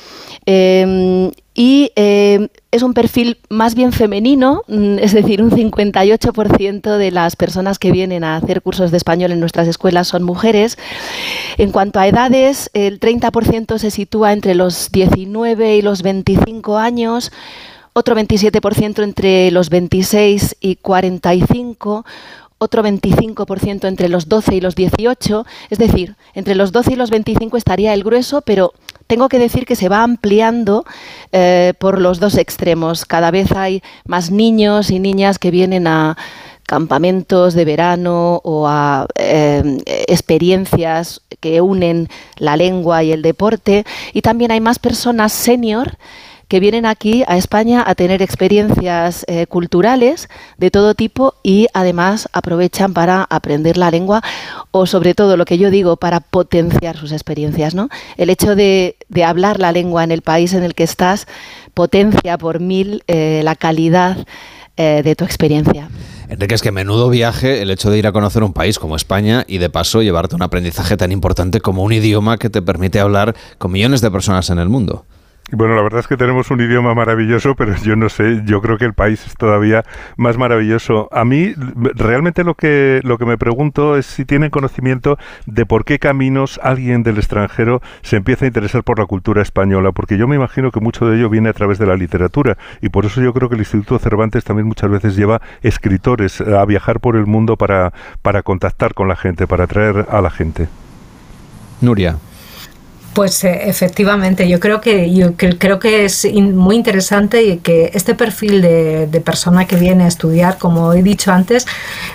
Es un perfil más bien femenino, es decir, un 58% de las personas que vienen a hacer cursos de español en nuestras escuelas son mujeres. En cuanto a edades, el 30% se sitúa entre los 19 y los 25 años, otro 27% entre los 26 y 45, otro 25% entre los 12 y los 18, es decir, entre los 12 y los 25 estaría el grueso, pero tengo que decir que se va ampliando por los dos extremos. Cada vez hay más niños y niñas que vienen a campamentos de verano o a experiencias que unen la lengua y el deporte, y también hay más personas senior que vienen aquí a España a tener experiencias culturales de todo tipo y además aprovechan para aprender la lengua o, sobre todo, lo que yo digo, para potenciar sus experiencias, ¿no? El hecho de hablar la lengua en el país en el que estás potencia por 1000 la calidad de tu experiencia. Enrique, es que menudo viaje el hecho de ir a conocer un país como España y de paso llevarte un aprendizaje tan importante como un idioma que te permite hablar con millones de personas en el mundo. Bueno, la verdad es que tenemos un idioma maravilloso, pero yo no sé, yo creo que el país es todavía más maravilloso. A mí, realmente lo que me pregunto es si tienen conocimiento de por qué caminos alguien del extranjero se empieza a interesar por la cultura española, porque yo me imagino que mucho de ello viene a través de la literatura, y por eso yo creo que el Instituto Cervantes también muchas veces lleva escritores a viajar por el mundo para contactar con la gente, para atraer a la gente. Nuria. Pues efectivamente, yo creo que es muy interesante y que este perfil de persona que viene a estudiar, como he dicho antes,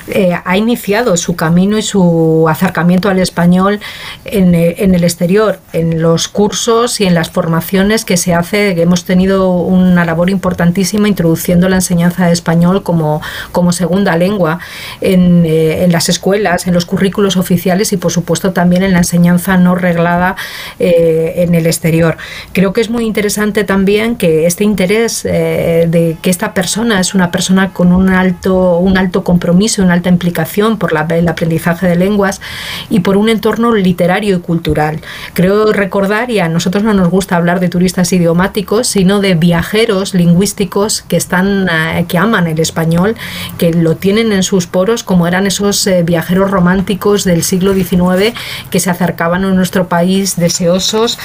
ha iniciado su camino y su acercamiento al español en el exterior, en los cursos y en las formaciones que se hace, que hemos tenido una labor importantísima introduciendo la enseñanza de español como segunda lengua en las escuelas, en los currículos oficiales y por supuesto también en la enseñanza no reglada en el exterior. Creo que es muy interesante también que este interés de que esta persona es una persona con un alto compromiso, una alta implicación por el aprendizaje de lenguas y por un entorno literario y cultural. Creo recordar, y a nosotros no nos gusta hablar de turistas idiomáticos, sino de viajeros lingüísticos que aman el español, que lo tienen en sus poros, como eran esos viajeros románticos del siglo XIX que se acercaban a nuestro país deseosos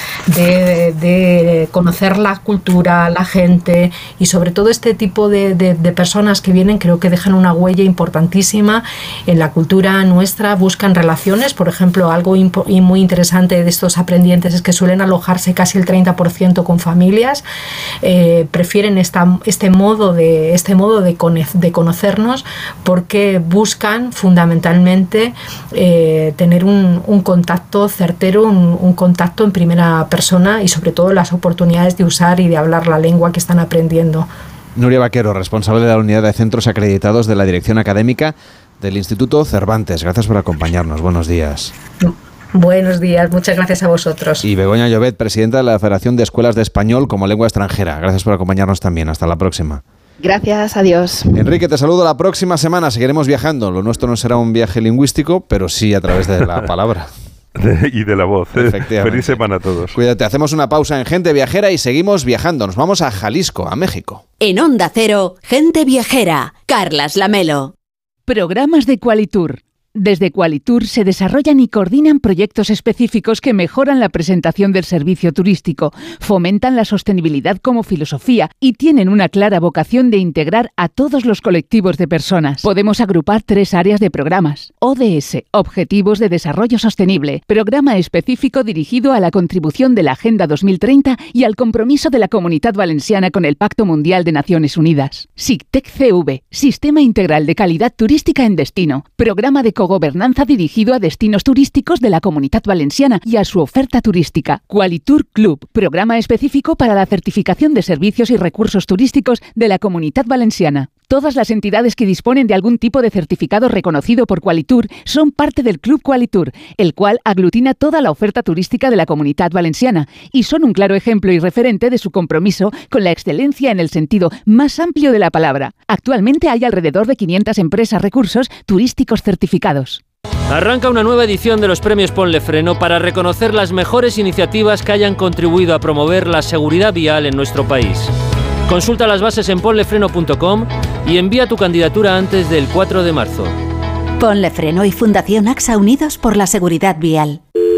de conocer la cultura, la gente, y sobre todo este tipo de personas que vienen creo que dejan una huella importantísima en la cultura nuestra, buscan relaciones. Por ejemplo, algo muy interesante de estos aprendientes es que suelen alojarse casi el 30% con familias, prefieren este modo de conocernos porque buscan fundamentalmente tener un contacto certero, un contacto en primera persona y sobre todo las oportunidades de usar y de hablar la lengua que están aprendiendo. Nuria Vaquero, responsable de la unidad de centros acreditados de la Dirección Académica del Instituto Cervantes. Gracias por acompañarnos. Buenos días. Buenos días, muchas gracias a vosotros. Y Begoña Llobet, presidenta de la Federación de Escuelas de Español como Lengua Extranjera. Gracias por acompañarnos también. Hasta la próxima. Gracias, adiós. Enrique, te saludo la próxima semana. Seguiremos viajando. Lo nuestro no será un viaje lingüístico, pero sí a través de la palabra. Y de la voz. Feliz semana a todos. Cuídate, hacemos una pausa en Gente Viajera y seguimos viajando. Nos vamos a Jalisco, a México. En Onda Cero, Gente Viajera, Carlas Lamelo. Programas de Qualitur. Desde Qualitur se desarrollan y coordinan proyectos específicos que mejoran la presentación del servicio turístico, fomentan la sostenibilidad como filosofía y tienen una clara vocación de integrar a todos los colectivos de personas. Podemos agrupar 3 áreas de programas. ODS, Objetivos de Desarrollo Sostenible, programa específico dirigido a la contribución de la Agenda 2030 y al compromiso de la Comunitat Valenciana con el Pacto Mundial de Naciones Unidas. SICTEC CV, Sistema Integral de Calidad Turística en Destino, programa de gobernanza dirigido a destinos turísticos de la Comunitat Valenciana y a su oferta turística. Qualitur Club, programa específico para la certificación de servicios y recursos turísticos de la Comunitat Valenciana. Todas las entidades que disponen de algún tipo de certificado reconocido por Qualitur son parte del Club Qualitur, el cual aglutina toda la oferta turística de la Comunitat Valenciana y son un claro ejemplo y referente de su compromiso con la excelencia en el sentido más amplio de la palabra. Actualmente hay alrededor de 500 empresas recursos turísticos certificados. Arranca una nueva edición de los premios Ponle Freno para reconocer las mejores iniciativas que hayan contribuido a promover la seguridad vial en nuestro país. Consulta las bases en ponlefreno.com y envía tu candidatura antes del 4 de marzo. Ponle Freno y Fundación AXA unidos por la seguridad vial.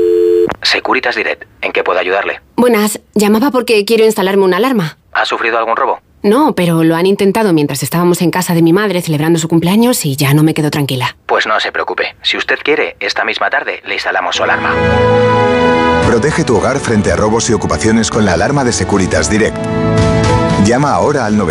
Securitas Direct, ¿en qué puedo ayudarle? Buenas, llamaba porque quiero instalarme una alarma. ¿Ha sufrido algún robo? No, pero lo han intentado mientras estábamos en casa de mi madre celebrando su cumpleaños y ya no me quedo tranquila. Pues no se preocupe, si usted quiere, esta misma tarde le instalamos su alarma. Protege tu hogar frente a robos y ocupaciones con la alarma de Securitas Direct. Llama ahora al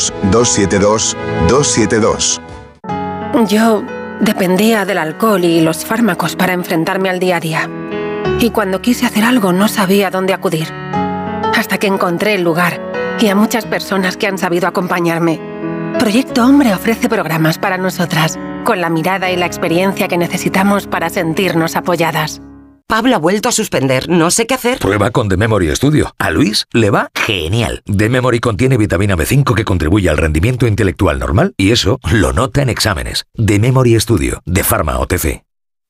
900-272-272. Yo dependía del alcohol y los fármacos para enfrentarme al día a día. Y cuando quise hacer algo no sabía dónde acudir. Hasta que encontré el lugar y a muchas personas que han sabido acompañarme. Proyecto Hombre ofrece programas para nosotras, con la mirada y la experiencia que necesitamos para sentirnos apoyadas. Pablo ha vuelto a suspender, no sé qué hacer. Prueba con The Memory Studio. A Luis le va genial. The Memory contiene vitamina B5 que contribuye al rendimiento intelectual normal y eso lo nota en exámenes. The Memory Studio, de Pharma OTC.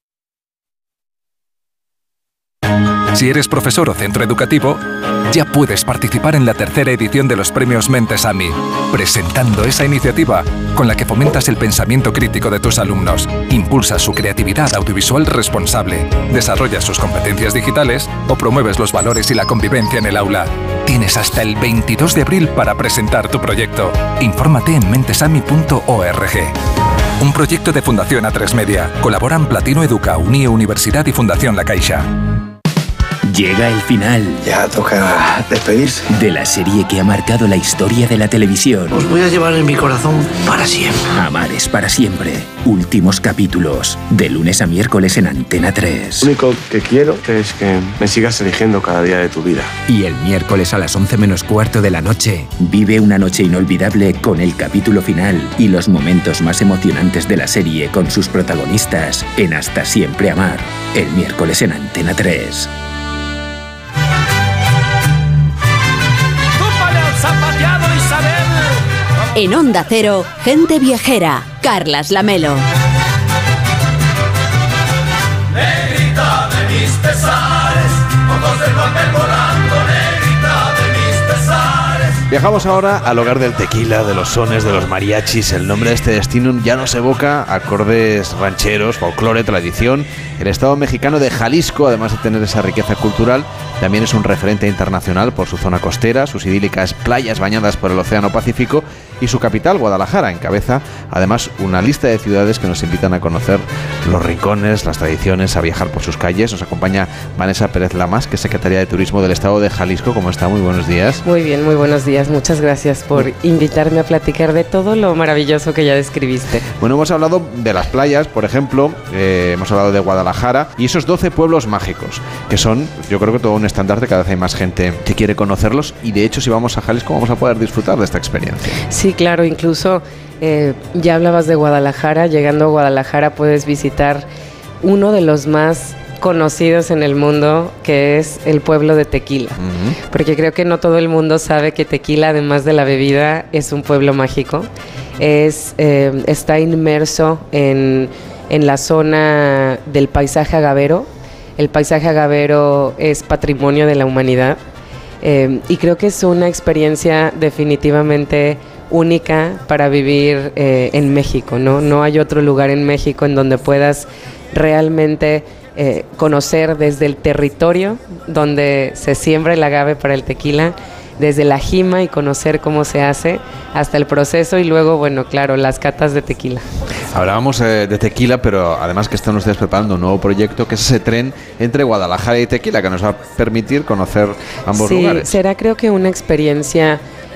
Si eres profesor o centro educativo, ya puedes participar en la 3ª edición de los premios Mentes AMI, presentando esa iniciativa con la que fomentas el pensamiento crítico de tus alumnos, impulsas su creatividad audiovisual responsable, desarrollas sus competencias digitales o promueves los valores y la convivencia en el aula. Tienes hasta el 22 de abril para presentar tu proyecto. Infórmate en mentesami.org. Un proyecto de Fundación A3 Media. Colaboran Platino Educa, Unie Universidad y Fundación La Caixa. Llega el final. Ya toca despedirse. De la serie que ha marcado la historia de la televisión. Os voy a llevar en mi corazón para siempre. Amar es para siempre. Últimos capítulos. De lunes a miércoles en Antena 3. Lo único que quiero es que me sigas eligiendo cada día de tu vida. Y el miércoles a las 11 menos cuarto de la noche, vive una noche inolvidable con el capítulo final y los momentos más emocionantes de la serie con sus protagonistas en Hasta Siempre Amar. El miércoles en Antena 3. En Onda Cero, Gente Viajera, Carlas Lamelo. Negrita de mis pesares, ojos del papel volando, negrita de mis pesares. Viajamos ahora al hogar del tequila, de los sones, de los mariachis. El nombre de este destino ya nos evoca acordes rancheros, folclore, tradición. El estado mexicano de Jalisco, además de tener esa riqueza cultural, también es un referente internacional por su zona costera, sus idílicas playas bañadas por el Océano Pacífico y su capital, Guadalajara, encabeza además una lista de ciudades que nos invitan a conocer los rincones, las tradiciones, a viajar por sus calles. Nos acompaña Vanessa Pérez Lamas, que es secretaria de Turismo del estado de Jalisco. ¿Cómo está? Muy buenos días. Muy bien, muy buenos días. Muchas gracias por invitarme a platicar de todo lo maravilloso que ya describiste. Bueno, hemos hablado de las playas, por ejemplo, hemos hablado de Guadalajara y esos 12 pueblos mágicos, que son, yo creo que todo un estandarte, cada vez hay más gente que quiere conocerlos y de hecho si vamos a Jalisco vamos a poder disfrutar de esta experiencia. Sí, claro, incluso ya hablabas de Guadalajara. Llegando a Guadalajara puedes visitar uno de los más conocidos en el mundo, que es el pueblo de Tequila, porque creo que no todo el mundo sabe que Tequila, además de la bebida, es un pueblo mágico. Está inmerso en la zona del paisaje agavero. El paisaje agavero es patrimonio de la humanidad y creo que es una experiencia definitivamente única para vivir en México, ¿no? No hay otro lugar en México en donde puedas realmente conocer desde el territorio donde se siembra el agave para el tequila, desde la jima y conocer cómo se hace, hasta el proceso y luego, bueno, claro, las catas de tequila. Hablábamos de tequila, pero además que están ustedes preparando un nuevo proyecto, que es ese tren entre Guadalajara y Tequila, que nos va a permitir conocer ambos lugares. Sí, será creo que una experiencia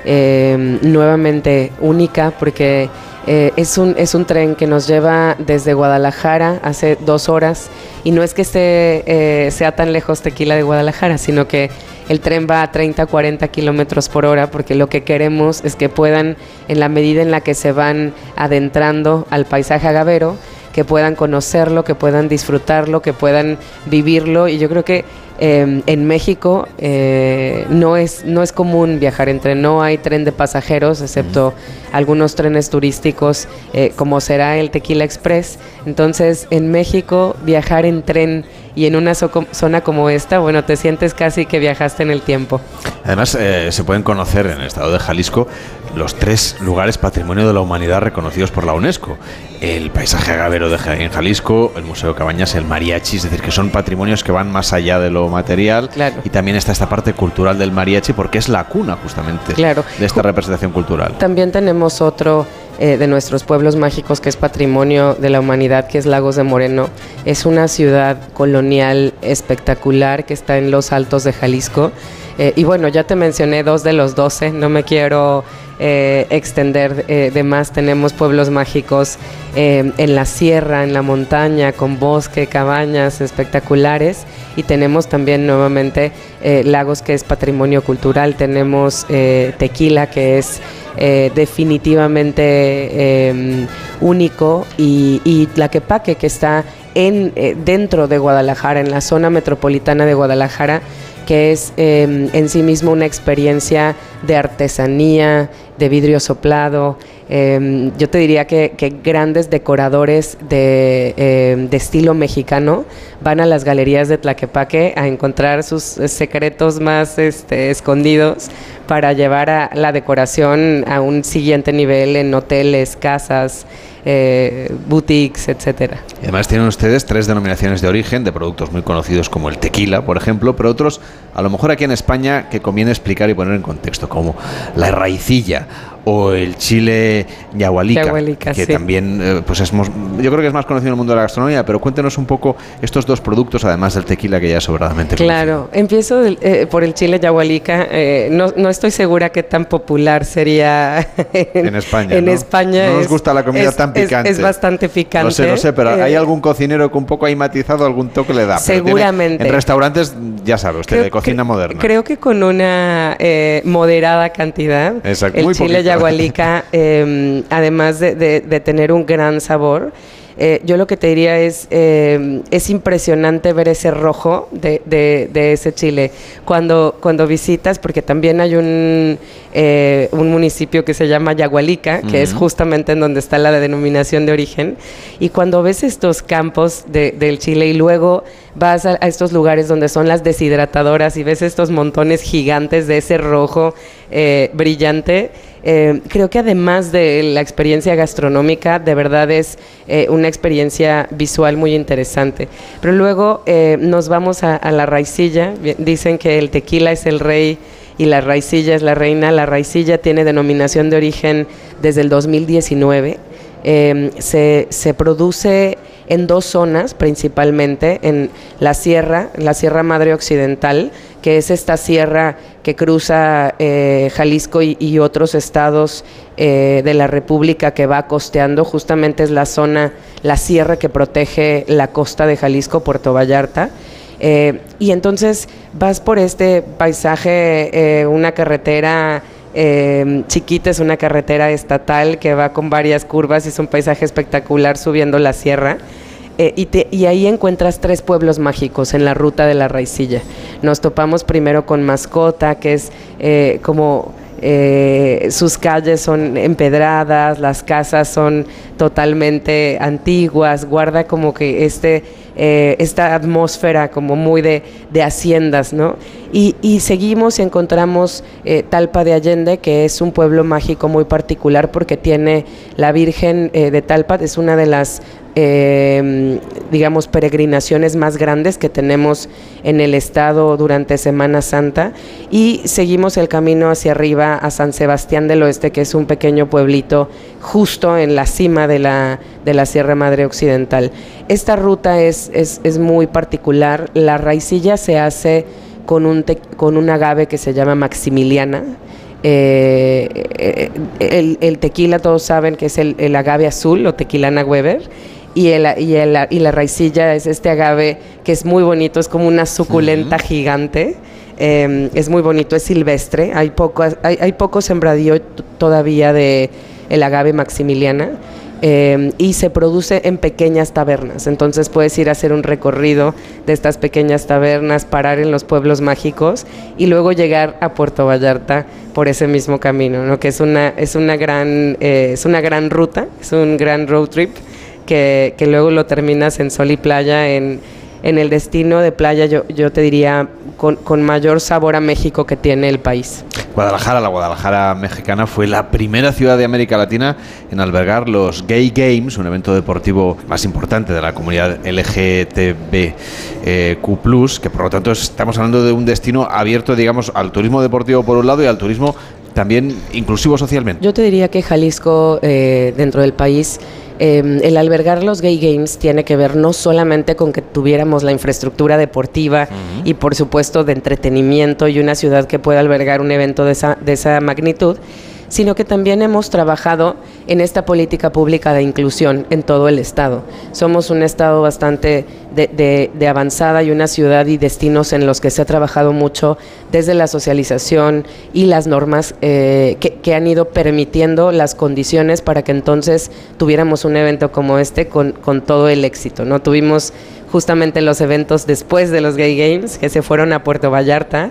nuevamente única, porque es un tren que nos lleva desde Guadalajara hace 2 horas, y no es que sea tan lejos Tequila de Guadalajara, sino que el tren va a 30-40 kilómetros por hora, porque lo que queremos es que puedan, en la medida en la que se van adentrando al paisaje agavero, que puedan conocerlo, que puedan disfrutarlo, que puedan vivirlo. Y yo creo que en México no es común viajar en tren, no hay tren de pasajeros, excepto algunos trenes turísticos, como será el Tequila Express. Entonces, en México, viajar en tren y en una zona como esta, bueno, te sientes casi que viajaste en el tiempo. Además, se pueden conocer en el estado de Jalisco los 3 lugares Patrimonio de la Humanidad reconocidos por la UNESCO. El paisaje agavero en Jalisco, el Museo de Cabañas, el mariachi, es decir, que son patrimonios que van más allá de lo material. Claro. Y también está esta parte cultural del mariachi, porque es la cuna justamente de esta representación cultural. También tenemos otro de nuestros pueblos mágicos que es Patrimonio de la Humanidad, que es Lagos de Moreno. Es una ciudad colonial espectacular que está en los altos de Jalisco. Y bueno, ya te mencioné 2 de los 12, no me quiero extender de más. Tenemos pueblos mágicos en la sierra, en la montaña, con bosque, cabañas espectaculares, y tenemos también nuevamente Lagos, que es patrimonio cultural. Tenemos Tequila, que es definitivamente único, y Tlaquepaque, que está dentro de Guadalajara, en la zona metropolitana de Guadalajara, que es en sí mismo una experiencia de artesanía, de vidrio soplado. Yo te diría que grandes decoradores de estilo mexicano van a las galerías de Tlaquepaque a encontrar sus secretos más escondidos para llevar a la decoración a un siguiente nivel en hoteles, casas, boutiques, etcétera. Y además tienen ustedes 3 denominaciones de origen de productos muy conocidos como el tequila, por ejemplo, pero otros, a lo mejor aquí en España, que conviene explicar y poner en contexto, como la raicilla o el chile yahualica, que sí. también pues yo creo que es más conocido en el mundo de la gastronomía, pero cuéntenos un poco estos dos productos, además del tequila, que ya es sobradamente conocido. Claro, empiezo por el chile yahualica. No estoy segura qué tan popular sería en España. En España no nos gusta la comida tan picante. Es bastante picante. Lo sé, pero ¿hay algún cocinero que un poco ahí matizado, algún toque le da? Seguramente. En restaurantes, ya sabe usted, de cocina moderna. Creo que con una moderada cantidad. Exacto, el muy chile poquito. yahualica, además de tener un gran sabor, yo lo que te diría es impresionante ver ese rojo de ese chile cuando visitas, porque también hay un municipio que se llama Yahualica, que es justamente en donde está la denominación de origen, y cuando ves estos campos del chile y luego vas a estos lugares donde son las deshidratadoras y ves estos montones gigantes de ese rojo brillante, creo que además de la experiencia gastronómica, de verdad es una experiencia visual muy interesante. Pero luego nos vamos a la raicilla. Dicen que el tequila es el rey y la raicilla es la reina. La raicilla tiene denominación de origen desde el 2019. Se produce en dos zonas principalmente, en la Sierra Madre Occidental, que es esta sierra que cruza Jalisco y otros estados de la República, que va costeando. Justamente es la sierra que protege la costa de Jalisco, Puerto Vallarta. Y entonces vas por este paisaje, una carretera chiquita, es una carretera estatal que va con varias curvas y es un paisaje espectacular subiendo la sierra. Y ahí encuentras 3 pueblos mágicos en la ruta de la raicilla. Nos topamos primero con Mascota, que es sus calles son empedradas, las casas son totalmente antiguas, guarda como que esta atmósfera como muy de haciendas, ¿no? Y seguimos y encontramos Talpa de Allende, que es un pueblo mágico muy particular porque tiene la Virgen de Talpa, es una de las digamos peregrinaciones más grandes que tenemos en el estado durante Semana Santa, y seguimos el camino hacia arriba a San Sebastián del Oeste, que es un pequeño pueblito justo en la cima de la Sierra Madre Occidental. Esta ruta es muy particular. La raicilla se hace con un agave que se llama Maximiliana. El tequila, todos saben que es el agave azul o Tequilana Weber, y la raicilla es este agave que es muy bonito, es como una suculenta gigante. Es muy bonito, es silvestre, hay poco sembradío todavía de el agave Maximiliana. Y se produce en pequeñas tabernas, entonces puedes ir a hacer un recorrido de estas pequeñas tabernas, parar en los pueblos mágicos y luego llegar a Puerto Vallarta por ese mismo camino, ¿no? Que es una gran ruta, es un gran road trip que luego lo terminas en sol y playa, en el destino de playa, yo te diría, con mayor sabor a México que tiene el país. Guadalajara, la Guadalajara mexicana, fue la primera ciudad de América Latina en albergar los Gay Games, un evento deportivo más importante de la comunidad LGTBQ+, que por lo tanto estamos hablando de un destino abierto, digamos, al turismo deportivo por un lado y al turismo también inclusivo socialmente. Yo te diría que Jalisco, dentro del país, el albergar los Gay Games tiene que ver no solamente con que tuviéramos la infraestructura deportiva y por supuesto de entretenimiento y una ciudad que pueda albergar un evento de esa magnitud, sino que también hemos trabajado en esta política pública de inclusión en todo el estado. Somos un estado bastante de avanzada y una ciudad y destinos en los que se ha trabajado mucho desde la socialización y las normas que han ido permitiendo las condiciones para que entonces tuviéramos un evento como este con todo el éxito, ¿no? Tuvimos justamente los eventos después de los Gay Games que se fueron a Puerto Vallarta,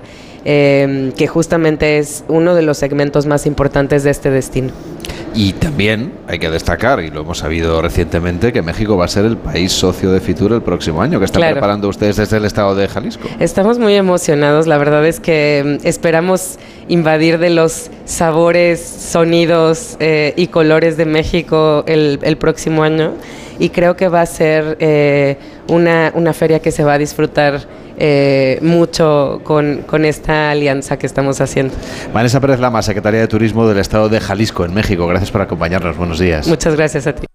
que justamente es uno de los segmentos más importantes de este destino. Y también hay que destacar, y lo hemos sabido recientemente, que México va a ser el país socio de Fitur el próximo año, que están preparando ustedes desde el estado de Jalisco. Estamos muy emocionados, la verdad es que esperamos invadir de los sabores, sonidos y colores de México el próximo año, y creo que va a ser una feria que se va a disfrutar mucho con esta alianza que estamos haciendo. Vanessa Pérez Lama, Secretaria de Turismo del Estado de Jalisco, en México. Gracias por acompañarnos. Buenos días. Muchas gracias a ti.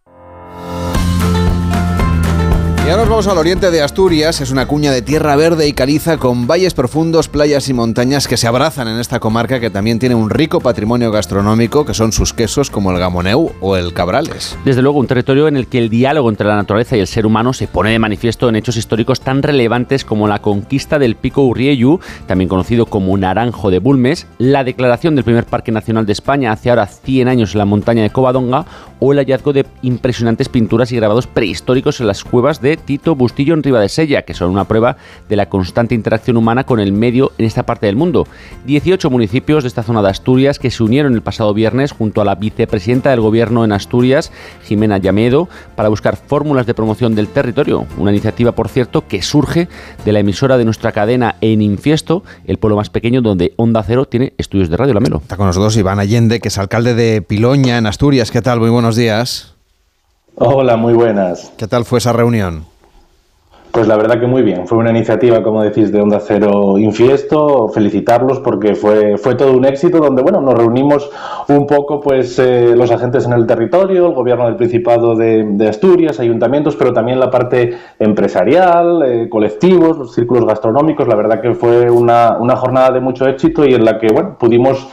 Y ahora nos vamos al oriente de Asturias. Es una cuña de tierra verde y caliza con valles profundos, playas y montañas que se abrazan en esta comarca, que también tiene un rico patrimonio gastronómico, que son sus quesos como el gamoneu o el cabrales. Desde luego, un territorio en el que el diálogo entre la naturaleza y el ser humano se pone de manifiesto en hechos históricos tan relevantes como la conquista del Pico Urriellu, también conocido como Naranjo de Bulmes, la declaración del primer Parque Nacional de España hace ahora 100 años en la montaña de Covadonga, o el hallazgo de impresionantes pinturas y grabados prehistóricos en las cuevas de Tito Bustillo en Ribadesella, que son una prueba de la constante interacción humana con el medio en esta parte del mundo. 18 municipios de esta zona de Asturias que se unieron el pasado viernes junto a la vicepresidenta del Gobierno en Asturias, Jimena Llamedo, para buscar fórmulas de promoción del territorio. Una iniciativa, por cierto, que surge de la emisora de nuestra cadena en Infiesto, el pueblo más pequeño donde Onda Cero tiene estudios de Radio La Melo. Está con nosotros Iván Allende, que es alcalde de Piloña, en Asturias. ¿Qué tal? Muy buenos días. Hola, muy buenas. ¿Qué tal fue esa reunión? Pues la verdad que muy bien. Fue una iniciativa, como decís, de Onda Cero Infiesto. Felicitarlos porque fue todo un éxito, donde bueno, nos reunimos un poco pues los agentes en el territorio, el gobierno del Principado de Asturias, ayuntamientos, pero también la parte empresarial, colectivos, los círculos gastronómicos. La verdad que fue una jornada de mucho éxito y en la que bueno, pudimos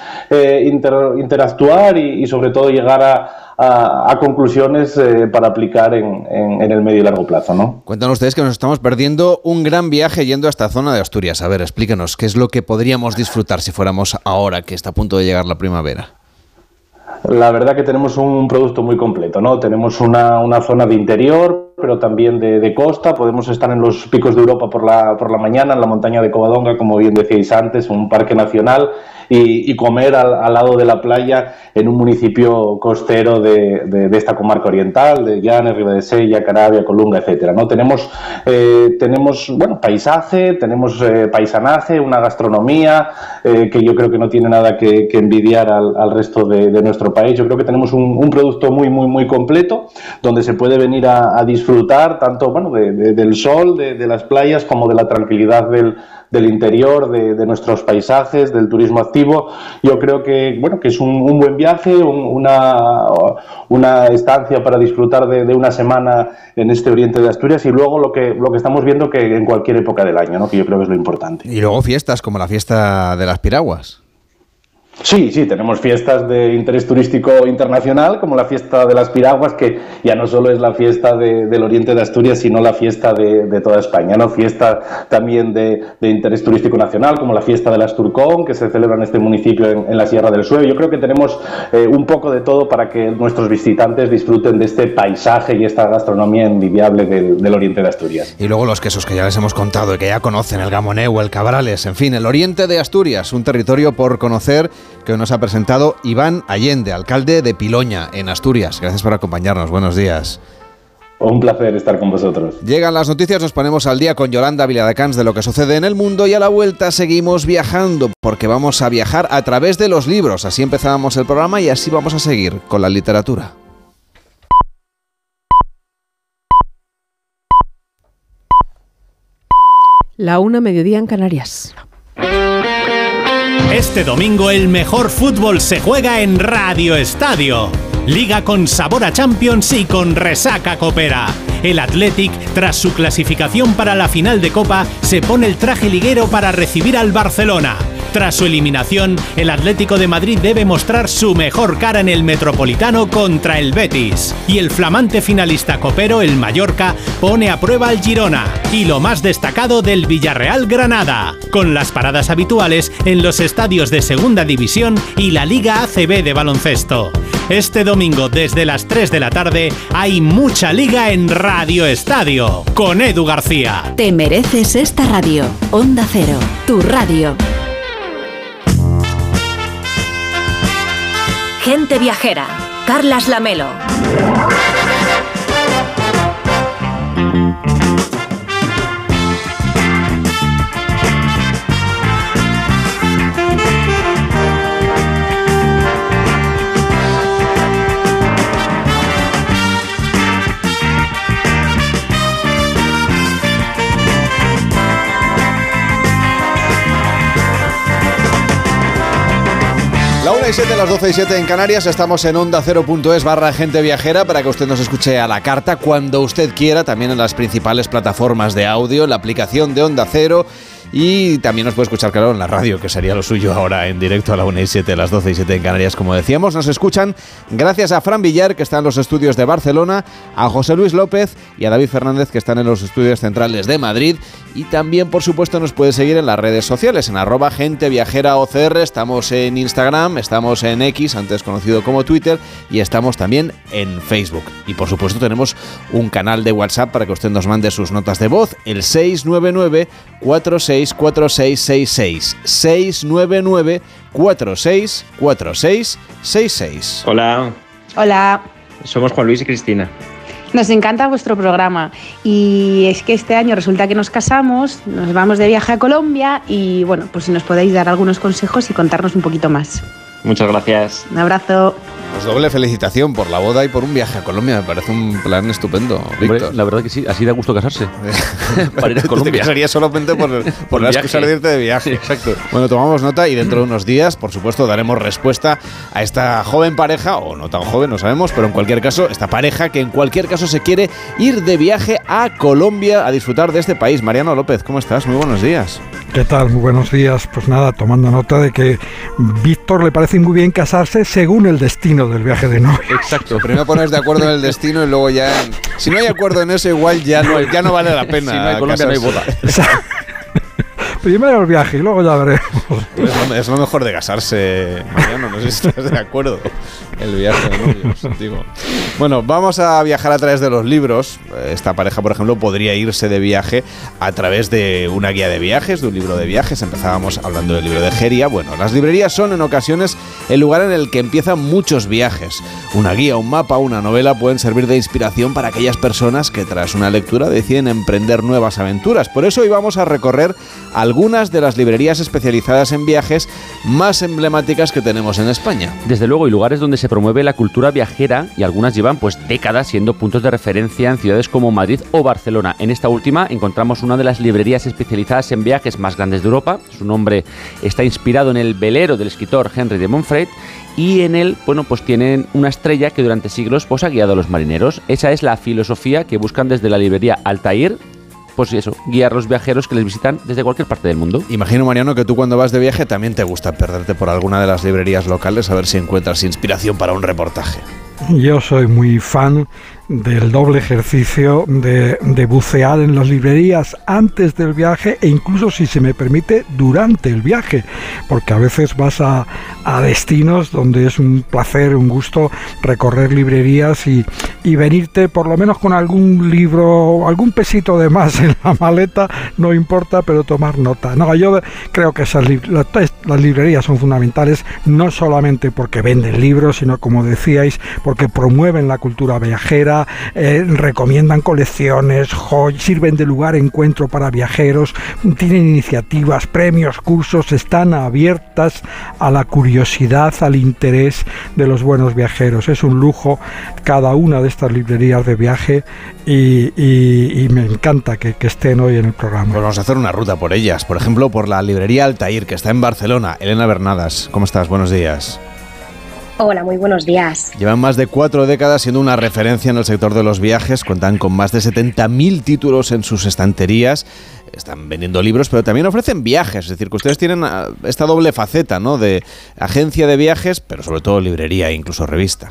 interactuar y sobre todo llegar a conclusiones para aplicar en el medio y largo plazo, ¿no? Cuéntanos ustedes que nos estamos perdiendo un gran viaje yendo a esta zona de Asturias. A ver, explíquenos, ¿qué es lo que podríamos disfrutar si fuéramos ahora, que está a punto de llegar la primavera? La verdad que tenemos un producto muy completo, ¿no? Tenemos una zona de interior, pero también de costa. Podemos estar en los picos de Europa por la mañana, en la montaña de Covadonga, como bien decíais antes, un parque nacional, y comer al lado de la playa en un municipio costero de esta comarca oriental, de Llanes, Ribadesella, Caravia, Colunga, etcétera, ¿no? Tenemos bueno, paisaje, tenemos paisanaje, una gastronomía que yo creo que no tiene nada que envidiar al resto de nuestro país. Yo creo que tenemos un producto muy, muy, muy completo, donde se puede venir a disfrutar tanto bueno, del sol, de las playas, como de la tranquilidad del interior, de nuestros paisajes, del turismo activo. Yo creo que bueno, que es un buen viaje, una estancia para disfrutar de una semana en este oriente de Asturias, y luego lo que estamos viendo que en cualquier época del año, ¿no? Que yo creo que es lo importante. Y luego fiestas como la fiesta de las piraguas. Sí, tenemos fiestas de interés turístico internacional, como la fiesta de las piraguas, que ya no solo es la fiesta del oriente de Asturias, sino la fiesta de toda España, ¿no? Fiesta también de interés turístico nacional, como la fiesta del Asturcón, que se celebra en este municipio en la Sierra del Suevo. Yo creo que tenemos un poco de todo para que nuestros visitantes disfruten de este paisaje y esta gastronomía envidiable del oriente de Asturias. Y luego los quesos que ya les hemos contado y que ya conocen, el gamoneu, el cabrales, en fin, el oriente de Asturias, un territorio por conocer, que nos ha presentado Iván Allende, alcalde de Piloña, en Asturias. Gracias por acompañarnos. Buenos días. Un placer estar con vosotros. Llegan las noticias, nos ponemos al día con Yolanda Viladecans de lo que sucede en el mundo, y a la vuelta seguimos viajando, porque vamos a viajar a través de los libros. Así empezábamos el programa y así vamos a seguir con la literatura. La 1, mediodía en Canarias. Este domingo el mejor fútbol se juega en Radio Estadio. Liga con sabor a Champions y con resaca copera. El Athletic, tras su clasificación para la final de Copa, se pone el traje liguero para recibir al Barcelona. Tras su eliminación, el Atlético de Madrid debe mostrar su mejor cara en el Metropolitano contra el Betis. Y el flamante finalista copero, el Mallorca, pone a prueba al Girona. Y lo más destacado del Villarreal Granada, con las paradas habituales en los estadios de Segunda División y la Liga ACB de baloncesto. Este domingo, desde las 3 de la tarde, hay mucha liga en Radio Estadio, con Edu García. Te mereces esta radio. Onda Cero, tu radio. Gente viajera. Carlas Lamelo. 1:07, las 12:07 en Canarias. Estamos en ondacero.es/gente viajera para que usted nos escuche a la carta cuando usted quiera, también en las principales plataformas de audio, en la aplicación de Onda Cero. Y también nos puede escuchar, claro, en la radio, que sería lo suyo ahora en directo a la 1:07, las 12:07 en Canarias, como decíamos. Nos escuchan gracias a Fran Villar, que está en los estudios de Barcelona, a José Luis López y a David Fernández, que están en los estudios centrales de Madrid. Y también, por supuesto, nos puede seguir en las redes sociales, en @genteviajeraocr. Estamos en Instagram, estamos en X, antes conocido como Twitter, y estamos también en Facebook. Y, por supuesto, tenemos un canal de WhatsApp para que usted nos mande sus notas de voz, el 699-464666. 699-464666. Hola. Hola. Somos Juan Luis y Cristina. Nos encanta vuestro programa y es que este año resulta que nos casamos, nos vamos de viaje a Colombia y bueno, pues si nos podéis dar algunos consejos y contarnos un poquito más. Muchas gracias. Un abrazo. Pues doble felicitación por la boda y por un viaje a Colombia. Me parece un plan estupendo, Víctor. Hombre, la verdad que sí, así da gusto casarse. Para ir a Colombia. Te casarías solamente por la excusa de irte de viaje. Exacto. Bueno, tomamos nota y dentro de unos días, por supuesto, daremos respuesta a esta joven pareja, o no tan joven, no sabemos, pero en cualquier caso, esta pareja que en cualquier caso se quiere ir de viaje a Colombia a disfrutar de este país. Mariano López, ¿cómo estás? Muy buenos días. ¿Qué tal? Muy buenos días. Pues nada, tomando nota de que Víctor le parece muy bien casarse según el destino del viaje de novio. Exacto. Primero pones de acuerdo en el destino y luego ya... Si no hay acuerdo en eso, igual ya no vale la pena. Si no hay Colombia, casarse. No hay boda. Primero el viaje y luego ya veremos. Es lo mejor de casarse, Mariano. No sé si estás de acuerdo. El viaje de novios, digo. Bueno, vamos a viajar a través de los libros. Esta pareja, por ejemplo, podría irse de viaje a través de una guía de viajes, de un libro de viajes. Empezábamos hablando del libro de Geria. Bueno, las librerías son en ocasiones el lugar en el que empiezan muchos viajes. Una guía, un mapa, una novela pueden servir de inspiración para aquellas personas que tras una lectura deciden emprender nuevas aventuras. Por eso hoy vamos a recorrer algunas de las librerías especializadas en viajes más emblemáticas que tenemos en España. Desde luego, hay lugares donde se promueve la cultura viajera y algunas llevan pues décadas siendo puntos de referencia en ciudades como Madrid o Barcelona. En esta última encontramos una de las librerías especializadas en viajes más grandes de Europa. Su nombre está inspirado en el velero del escritor Henry de Montfort y en él, bueno, pues tienen una estrella que durante siglos pues ha guiado a los marineros. Esa es la filosofía que buscan desde la librería Altair. Pues eso, guiar a los viajeros que les visitan desde cualquier parte del mundo. Imagino, Mariano, que tú cuando vas de viaje también te gusta perderte por alguna de las librerías locales a ver si encuentras inspiración para un reportaje. Yo soy muy fan del doble ejercicio de bucear en las librerías antes del viaje e incluso, si se me permite, durante el viaje, porque a veces vas a destinos donde es un placer, un gusto recorrer librerías y venirte por lo menos con algún libro, algún pesito de más en la maleta, no importa, pero tomar nota. No, yo creo que las librerías son fundamentales, no solamente porque venden libros, sino, como decíais, porque promueven la cultura viajera, recomiendan colecciones, sirven de lugar de encuentro para viajeros, tienen iniciativas, premios, cursos, están abiertas a la curiosidad, al interés de los buenos viajeros. Es un lujo cada una de estas librerías de viaje y me encanta que estén hoy en el programa. Pues vamos a hacer una ruta por ellas, por ejemplo por la librería Altair, que está en Barcelona. Elena Bernadas, ¿cómo estás? Buenos días. Hola, muy buenos días. Llevan más de 4 décadas siendo una referencia en el sector de los viajes, cuentan con más de 70.000 títulos en sus estanterías, están vendiendo libros, pero también ofrecen viajes, es decir, que ustedes tienen esta doble faceta, ¿no?, de agencia de viajes, pero sobre todo librería e incluso revista.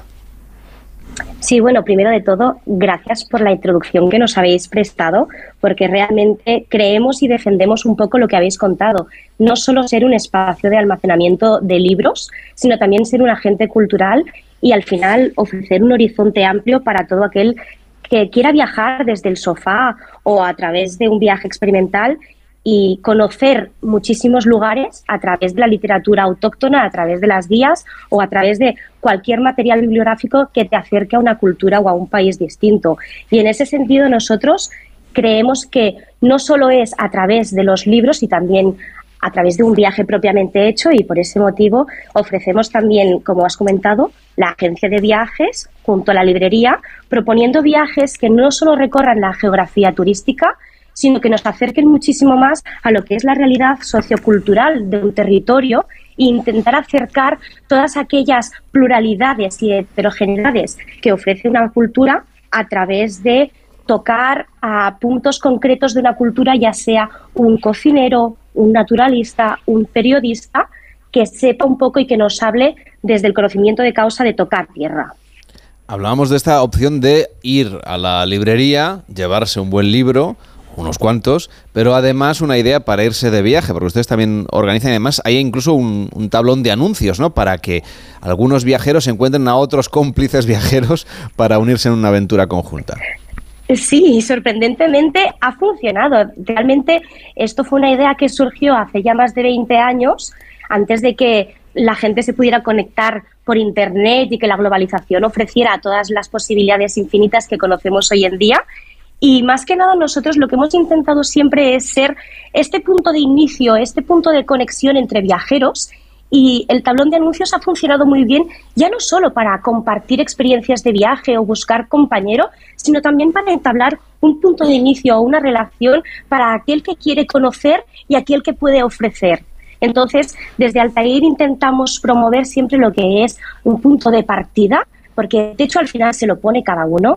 Sí, bueno, primero de todo, gracias por la introducción que nos habéis prestado, porque realmente creemos y defendemos un poco lo que habéis contado. No solo ser un espacio de almacenamiento de libros, sino también ser un agente cultural y al final ofrecer un horizonte amplio para todo aquel que quiera viajar desde el sofá o a través de un viaje experimental y conocer muchísimos lugares a través de la literatura autóctona, a través de las guías o a través de cualquier material bibliográfico que te acerque a una cultura o a un país distinto. Y en ese sentido nosotros creemos que no solo es a través de los libros y también a través de un viaje propiamente hecho, y por ese motivo ofrecemos también, como has comentado, la agencia de viajes junto a la librería, proponiendo viajes que no solo recorran la geografía turística, sino que nos acerquen muchísimo más a lo que es la realidad sociocultural de un territorio e intentar acercar todas aquellas pluralidades y heterogeneidades que ofrece una cultura a través de tocar a puntos concretos de una cultura, ya sea un cocinero, un naturalista, un periodista, que sepa un poco y que nos hable desde el conocimiento de causa de tocar tierra. Hablábamos de esta opción de ir a la librería, llevarse un buen libro, unos cuantos, pero además una idea para irse de viaje, porque ustedes también organizan, y además hay incluso un tablón de anuncios, ¿no?, para que algunos viajeros encuentren a otros cómplices viajeros para unirse en una aventura conjunta. Sí, sorprendentemente ha funcionado. Realmente esto fue una idea que surgió hace ya más de 20 años, antes de que la gente se pudiera conectar por Internet y que la globalización ofreciera todas las posibilidades infinitas que conocemos hoy en día. Y más que nada nosotros lo que hemos intentado siempre es ser este punto de inicio, este punto de conexión entre viajeros, y el tablón de anuncios ha funcionado muy bien, ya no solo para compartir experiencias de viaje o buscar compañero, sino también para entablar un punto de inicio o una relación para aquel que quiere conocer y aquel que puede ofrecer. Entonces, desde Altair intentamos promover siempre lo que es un punto de partida, porque de hecho al final se lo pone cada uno,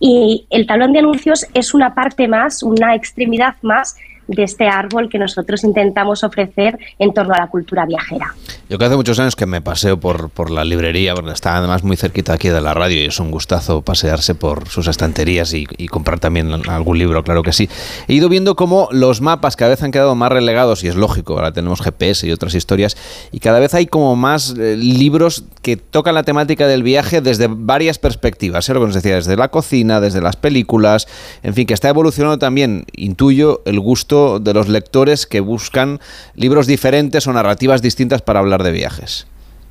y el tablón de anuncios es una parte más, una extremidad más de este árbol que nosotros intentamos ofrecer en torno a la cultura viajera. Yo que hace muchos años que me paseo por la librería, porque está además muy cerquita aquí de la radio y es un gustazo pasearse por sus estanterías y comprar también algún libro, claro que sí. He ido viendo cómo los mapas cada vez han quedado más relegados, y es lógico, ahora tenemos GPS y otras historias, y cada vez hay como más libros que tocan la temática del viaje desde varias perspectivas, lo que nos decía, desde la cocina, desde las películas, en fin, que está evolucionando también, intuyo, el gusto de los lectores que buscan libros diferentes o narrativas distintas para hablar de viajes.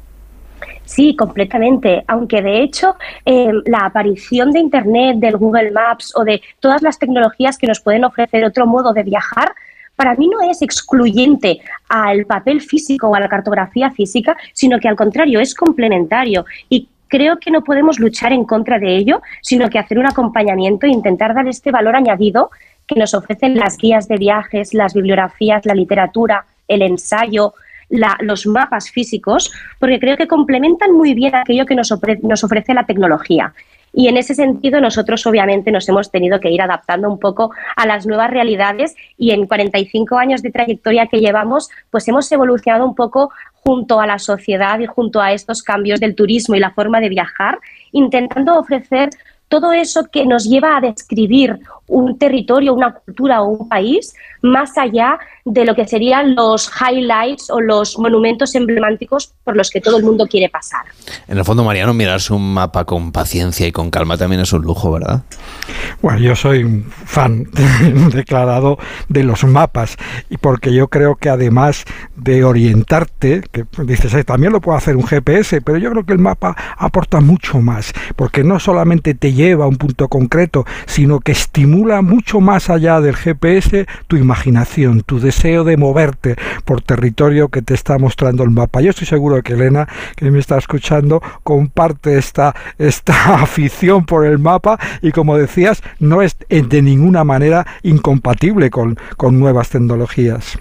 Sí, completamente. Aunque de hecho la aparición de Internet, del Google Maps o de todas las tecnologías que nos pueden ofrecer otro modo de viajar, para mí no es excluyente al papel físico o a la cartografía física, sino que al contrario es complementario. Y creo que no podemos luchar en contra de ello, sino que hacer un acompañamiento e intentar dar este valor añadido que nos ofrecen las guías de viajes, las bibliografías, la literatura, el ensayo, los mapas físicos, porque creo que complementan muy bien aquello que nos ofrece la tecnología. Y en ese sentido nosotros obviamente nos hemos tenido que ir adaptando un poco a las nuevas realidades, y en 45 años de trayectoria que llevamos, pues hemos evolucionado un poco junto a la sociedad y junto a estos cambios del turismo y la forma de viajar, intentando ofrecer todo eso que nos lleva a describir un territorio, una cultura o un país, más allá de lo que serían los highlights o los monumentos emblemáticos por los que todo el mundo quiere pasar. En el fondo, Mariano, mirarse un mapa con paciencia y con calma también es un lujo, ¿verdad? Bueno, yo soy un fan declarado de los mapas, y porque yo creo que además de orientarte, que dices, también lo puede hacer un GPS, pero yo creo que el mapa aporta mucho más, porque no solamente te lleva a un punto concreto, sino que estimula mucho más allá del GPS tu imaginación, tu deseo de moverte por territorio que te está mostrando el mapa. Yo estoy seguro de que Elena, que me está escuchando, comparte esta afición por el mapa, y como decías, no es de ninguna manera incompatible con nuevas tecnologías.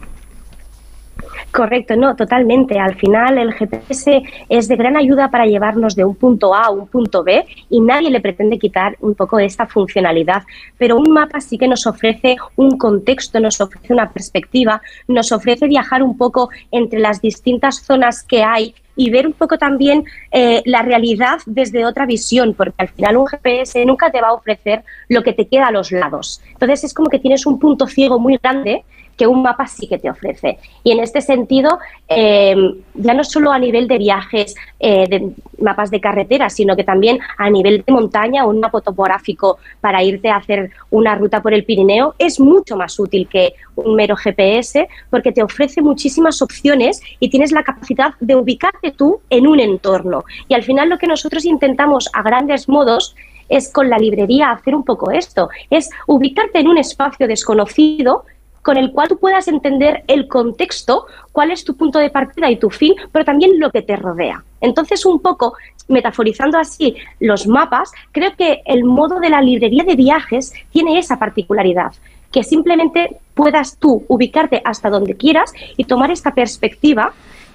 Correcto, no, totalmente. Al final el GPS es de gran ayuda para llevarnos de un punto A a un punto B, y nadie le pretende quitar un poco esta funcionalidad. Pero un mapa sí que nos ofrece un contexto, nos ofrece una perspectiva, nos ofrece viajar un poco entre las distintas zonas que hay y ver un poco también la realidad desde otra visión, porque al final un GPS nunca te va a ofrecer lo que te queda a los lados. Entonces es como que tienes un punto ciego muy grande que un mapa sí que te ofrece. Y en este sentido, ya no solo a nivel de viajes, de mapas de carretera, sino que también a nivel de montaña, un mapa topográfico para irte a hacer una ruta por el Pirineo es mucho más útil que un mero GPS, porque te ofrece muchísimas opciones y tienes la capacidad de ubicarte tú en un entorno. Y al final lo que nosotros intentamos a grandes modos es con la librería hacer un poco esto, es ubicarte en un espacio desconocido con el cual tú puedas entender el contexto, cuál es tu punto de partida y tu fin, pero también lo que te rodea. Entonces, un poco, metaforizando así los mapas, creo que el modo de la librería de viajes tiene esa particularidad, que simplemente puedas tú ubicarte hasta donde quieras y tomar esta perspectiva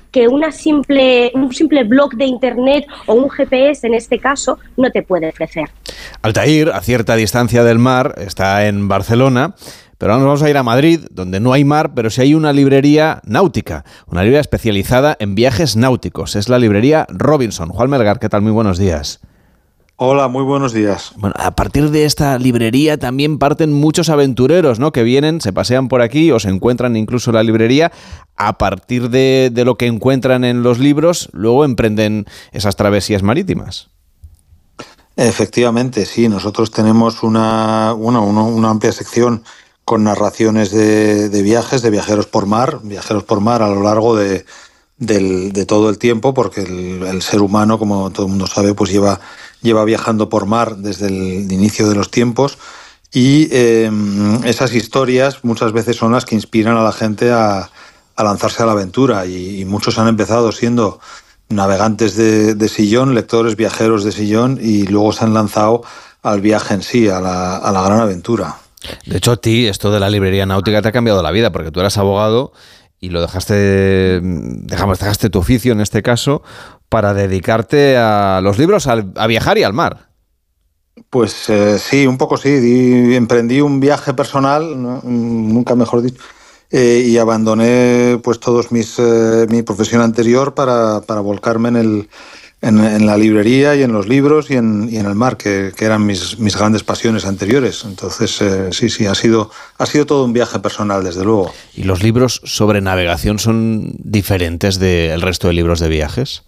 que un simple blog de internet o un GPS en este caso no te puede ofrecer. Altair, a cierta distancia del mar, está en Barcelona, pero ahora nos vamos a ir a Madrid, donde no hay mar, pero sí hay una librería náutica, una librería especializada en viajes náuticos. Es la librería Robinson. Juan Melgar, ¿qué tal? Muy buenos días. Hola, muy buenos días. Bueno, a partir de esta librería también parten muchos aventureros, ¿no? Que vienen, se pasean por aquí o se encuentran incluso en la librería. A partir de lo que encuentran en los libros, luego emprenden esas travesías marítimas. Efectivamente, sí. Nosotros tenemos una amplia sección con narraciones de viajes, de viajeros por mar a lo largo de todo el tiempo, porque el ser humano, como todo el mundo sabe, pues lleva viajando por mar desde el inicio de los tiempos, y esas historias muchas veces son las que inspiran a la gente a lanzarse a la aventura, y muchos han empezado siendo navegantes de sillón, lectores, viajeros de sillón, y luego se han lanzado al viaje en sí, a la gran aventura. De hecho, a ti esto de la librería náutica te ha cambiado la vida, porque tú eras abogado y dejaste tu oficio en este caso para dedicarte a los libros, a viajar y al mar. Pues sí, un poco sí. Emprendí un viaje personal, ¿no? Nunca mejor dicho, y abandoné pues todos mi profesión anterior para volcarme en la librería y en los libros y en el mar, que eran mis grandes pasiones anteriores. Entonces, sí, ha sido todo un viaje personal, desde luego. ¿Y los libros sobre navegación son diferentes del resto de libros de viajes?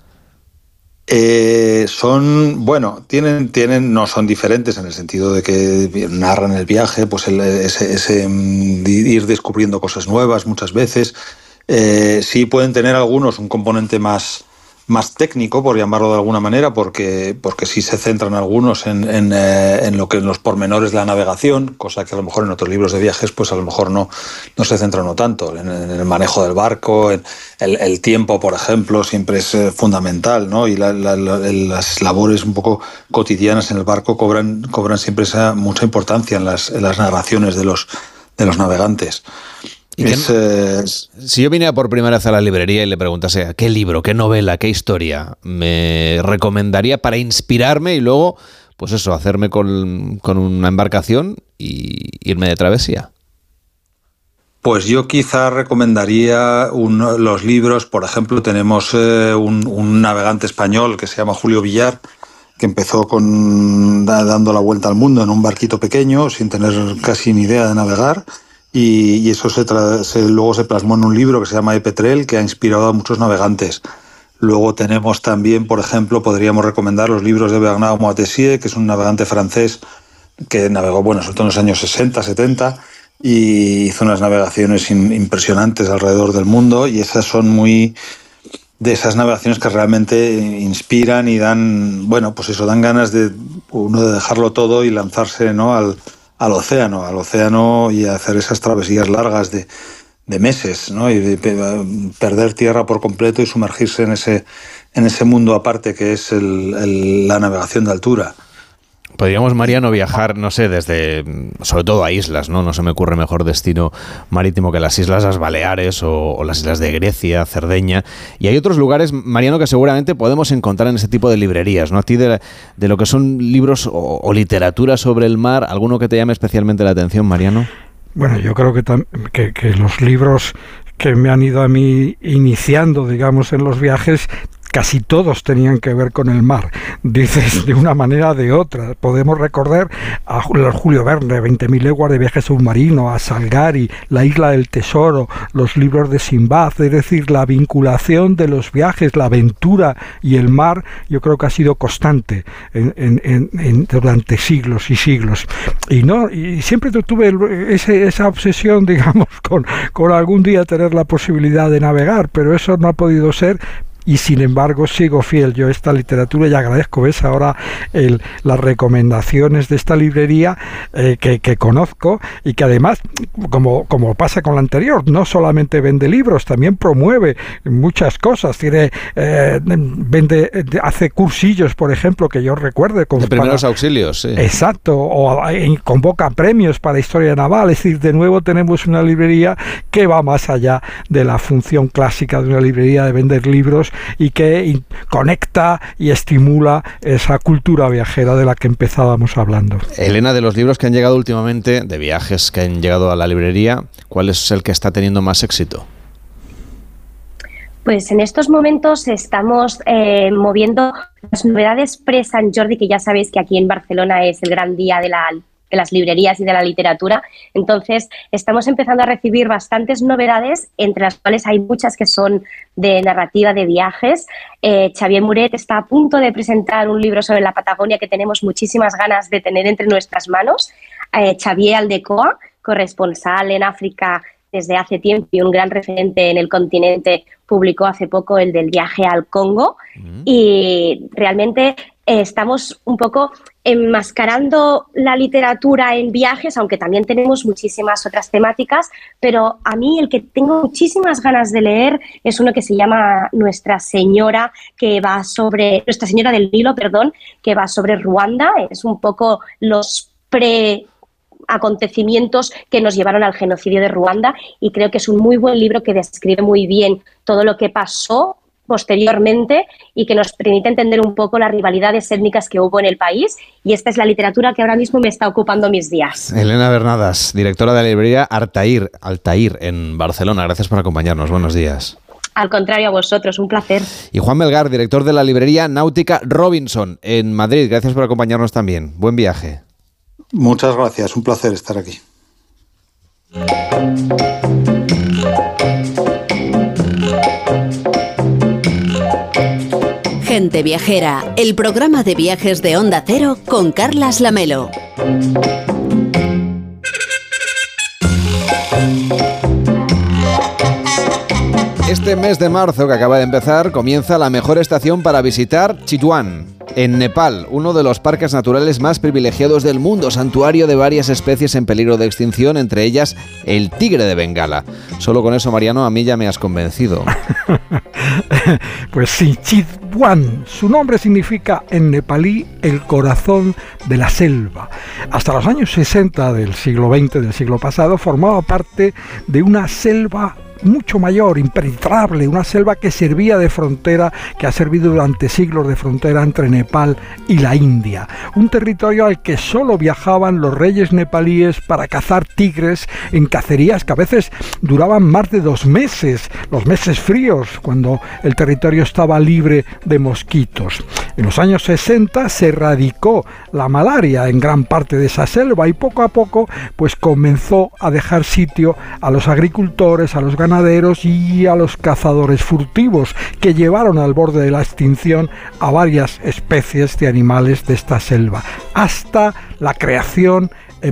No son diferentes en el sentido de que narran el viaje, pues ese ir descubriendo cosas nuevas muchas veces. Sí pueden tener algunos un componente más técnico, por llamarlo de alguna manera, porque sí se centran algunos en los pormenores de la navegación, cosa que a lo mejor en otros libros de viajes pues a lo mejor no se centran tanto, en el manejo del barco, en el tiempo, por ejemplo, siempre es fundamental, ¿no? Y las labores un poco cotidianas en el barco cobran siempre mucha importancia en las narraciones de los navegantes. Si yo viniera por primera vez a la librería y le preguntase qué libro, qué novela, qué historia me recomendaría para inspirarme y luego, pues eso, hacerme con una embarcación y irme de travesía. Pues yo quizá recomendaría los libros. Por ejemplo, tenemos un navegante español que se llama Julio Villar, que empezó dando la vuelta al mundo en un barquito pequeño sin tener casi ni idea de navegar. Y eso luego se plasmó en un libro que se llama Petrel, que ha inspirado a muchos navegantes. Luego tenemos también, por ejemplo, podríamos recomendar los libros de Bernard Moitessier, que es un navegante francés que navegó, sobre todo en los años 60, 70, y hizo unas navegaciones impresionantes alrededor del mundo, y esas son muy de esas navegaciones que realmente inspiran y dan ganas de dejarlo todo y lanzarse, ¿no?, al océano y hacer esas travesías largas de meses, ¿no? Y perder tierra por completo y sumergirse en ese mundo aparte que es la navegación de altura. Podríamos, Mariano, viajar, no sé, sobre todo a islas, ¿no? No se me ocurre mejor destino marítimo que las Islas Baleares o las islas de Grecia, Cerdeña. Y hay otros lugares, Mariano, que seguramente podemos encontrar en ese tipo de librerías, ¿no? A ti de lo que son libros o literatura sobre el mar, ¿alguno que te llame especialmente la atención, Mariano? Bueno, yo creo que los libros que me han ido a mí iniciando, digamos, en los viajes, casi todos tenían que ver con el mar, dices, de una manera o de otra. Podemos recordar a Julio Verne, 20.000 leguas de viaje submarino, a Salgari, La isla del tesoro, los libros de Sinbad. Es decir, la vinculación de los viajes, la aventura y el mar, yo creo que ha sido constante durante siglos y siglos. Y siempre tuve esa obsesión, digamos, con algún día tener la posibilidad de navegar, pero eso no ha podido ser. y sin embargo sigo fiel yo a esta literatura y agradezco, ves, ahora las recomendaciones de esta librería que conozco y que además, como pasa con la anterior, no solamente vende libros, también promueve muchas cosas, hace cursillos, por ejemplo, que yo recuerde. De primeros auxilios, sí. Exacto, o convoca premios para historia naval, es decir, de nuevo tenemos una librería que va más allá de la función clásica de una librería de vender libros y que conecta y estimula esa cultura viajera de la que empezábamos hablando. Elena, de los libros que han llegado últimamente, de viajes que han llegado a la librería, ¿cuál es el que está teniendo más éxito? Pues en estos momentos estamos moviendo las novedades pre-Sant Jordi, que ya sabéis que aquí en Barcelona es el gran día de las librerías y de la literatura. Entonces, estamos empezando a recibir bastantes novedades, entre las cuales hay muchas que son de narrativa de viajes. Xavier Muret está a punto de presentar un libro sobre la Patagonia que tenemos muchísimas ganas de tener entre nuestras manos. Xavier Aldecoa, corresponsal en África desde hace tiempo y un gran referente en el continente, publicó hace poco el del viaje al Congo. Y realmente estamos un poco enmascarando la literatura en viajes, aunque también tenemos muchísimas otras temáticas, pero a mí el que tengo muchísimas ganas de leer es uno que se llama Nuestra Señora del Nilo, que va sobre Ruanda. Es un poco los acontecimientos que nos llevaron al genocidio de Ruanda, y creo que es un muy buen libro que describe muy bien todo lo que pasó posteriormente y que nos permite entender un poco las rivalidades étnicas que hubo en el país, y esta es la literatura que ahora mismo me está ocupando mis días. Elena Bernadas, directora de la librería Altair en Barcelona, gracias por acompañarnos, buenos días. Al contrario, a vosotros, un placer. Y Juan Melgar, director de la librería Náutica Robinson en Madrid, gracias por acompañarnos también, buen viaje. Muchas gracias, un placer estar aquí. Gente Viajera, el programa de viajes de Onda Cero con Carlas Lamelo. Este mes de marzo que acaba de empezar comienza la mejor estación para visitar Chitwan, en Nepal, uno de los parques naturales más privilegiados del mundo, santuario de varias especies en peligro de extinción, entre ellas el tigre de Bengala. Solo con eso, Mariano, a mí ya me has convencido. Pues sí, Chitwan, su nombre significa en nepalí el corazón de la selva. Hasta los años 60 del siglo XX, del siglo pasado, formaba parte de una selva mucho mayor, impenetrable, una selva que servía de frontera, que ha servido durante siglos de frontera entre Nepal y la India. Un territorio al que solo viajaban los reyes nepalíes para cazar tigres en cacerías que a veces duraban más de 2 meses, los meses fríos, cuando el territorio estaba libre de mosquitos. En los años 60 se erradicó la malaria en gran parte de esa selva y poco a poco pues comenzó a dejar sitio a los agricultores, a los ganaderos y a los cazadores furtivos, que llevaron al borde de la extinción a varias especies de animales de esta selva, hasta la creación en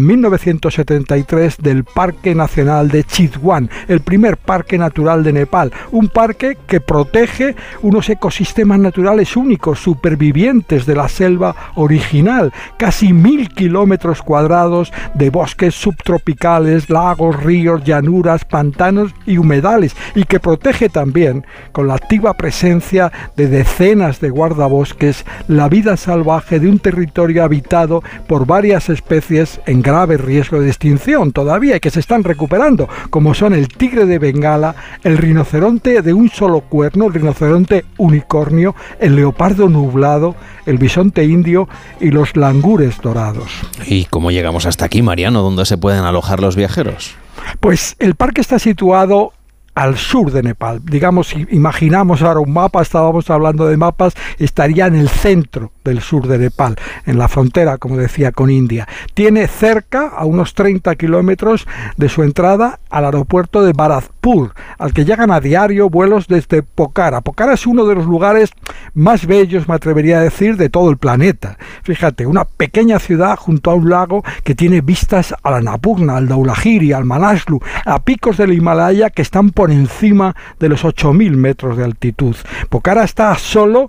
1973 del Parque Nacional de Chitwan, el primer parque natural de Nepal, un parque que protege unos ecosistemas naturales únicos, supervivientes de la selva original, casi 1000 kilómetros cuadrados de bosques subtropicales, lagos, ríos, llanuras, pantanos y humedales, y que protege también, con la activa presencia de decenas de guardabosques, la vida salvaje de un territorio habitado por varias especies en grave riesgo de extinción todavía y que se están recuperando, como son el tigre de Bengala, el rinoceronte de un solo cuerno, el rinoceronte unicornio, el leopardo nublado, el bisonte indio y los langures dorados. ¿Y cómo llegamos hasta aquí, Mariano? ¿Dónde se pueden alojar los viajeros? Pues el parque está situado al sur de Nepal. Digamos, si imaginamos ahora un mapa, estábamos hablando de mapas, estaría en el centro del sur de Nepal, en la frontera, como decía, con India. Tiene cerca, a unos 30 kilómetros de su entrada, al aeropuerto de Bharatpur, al que llegan a diario vuelos desde Pokhara. Pokhara es uno de los lugares más bellos, me atrevería a decir, de todo el planeta. Fíjate, una pequeña ciudad junto a un lago que tiene vistas a la Annapurna, al Dhaulagiri, al Manaslu, a picos del Himalaya que están por por encima de los 8.000 metros de altitud. Pokhara está a solo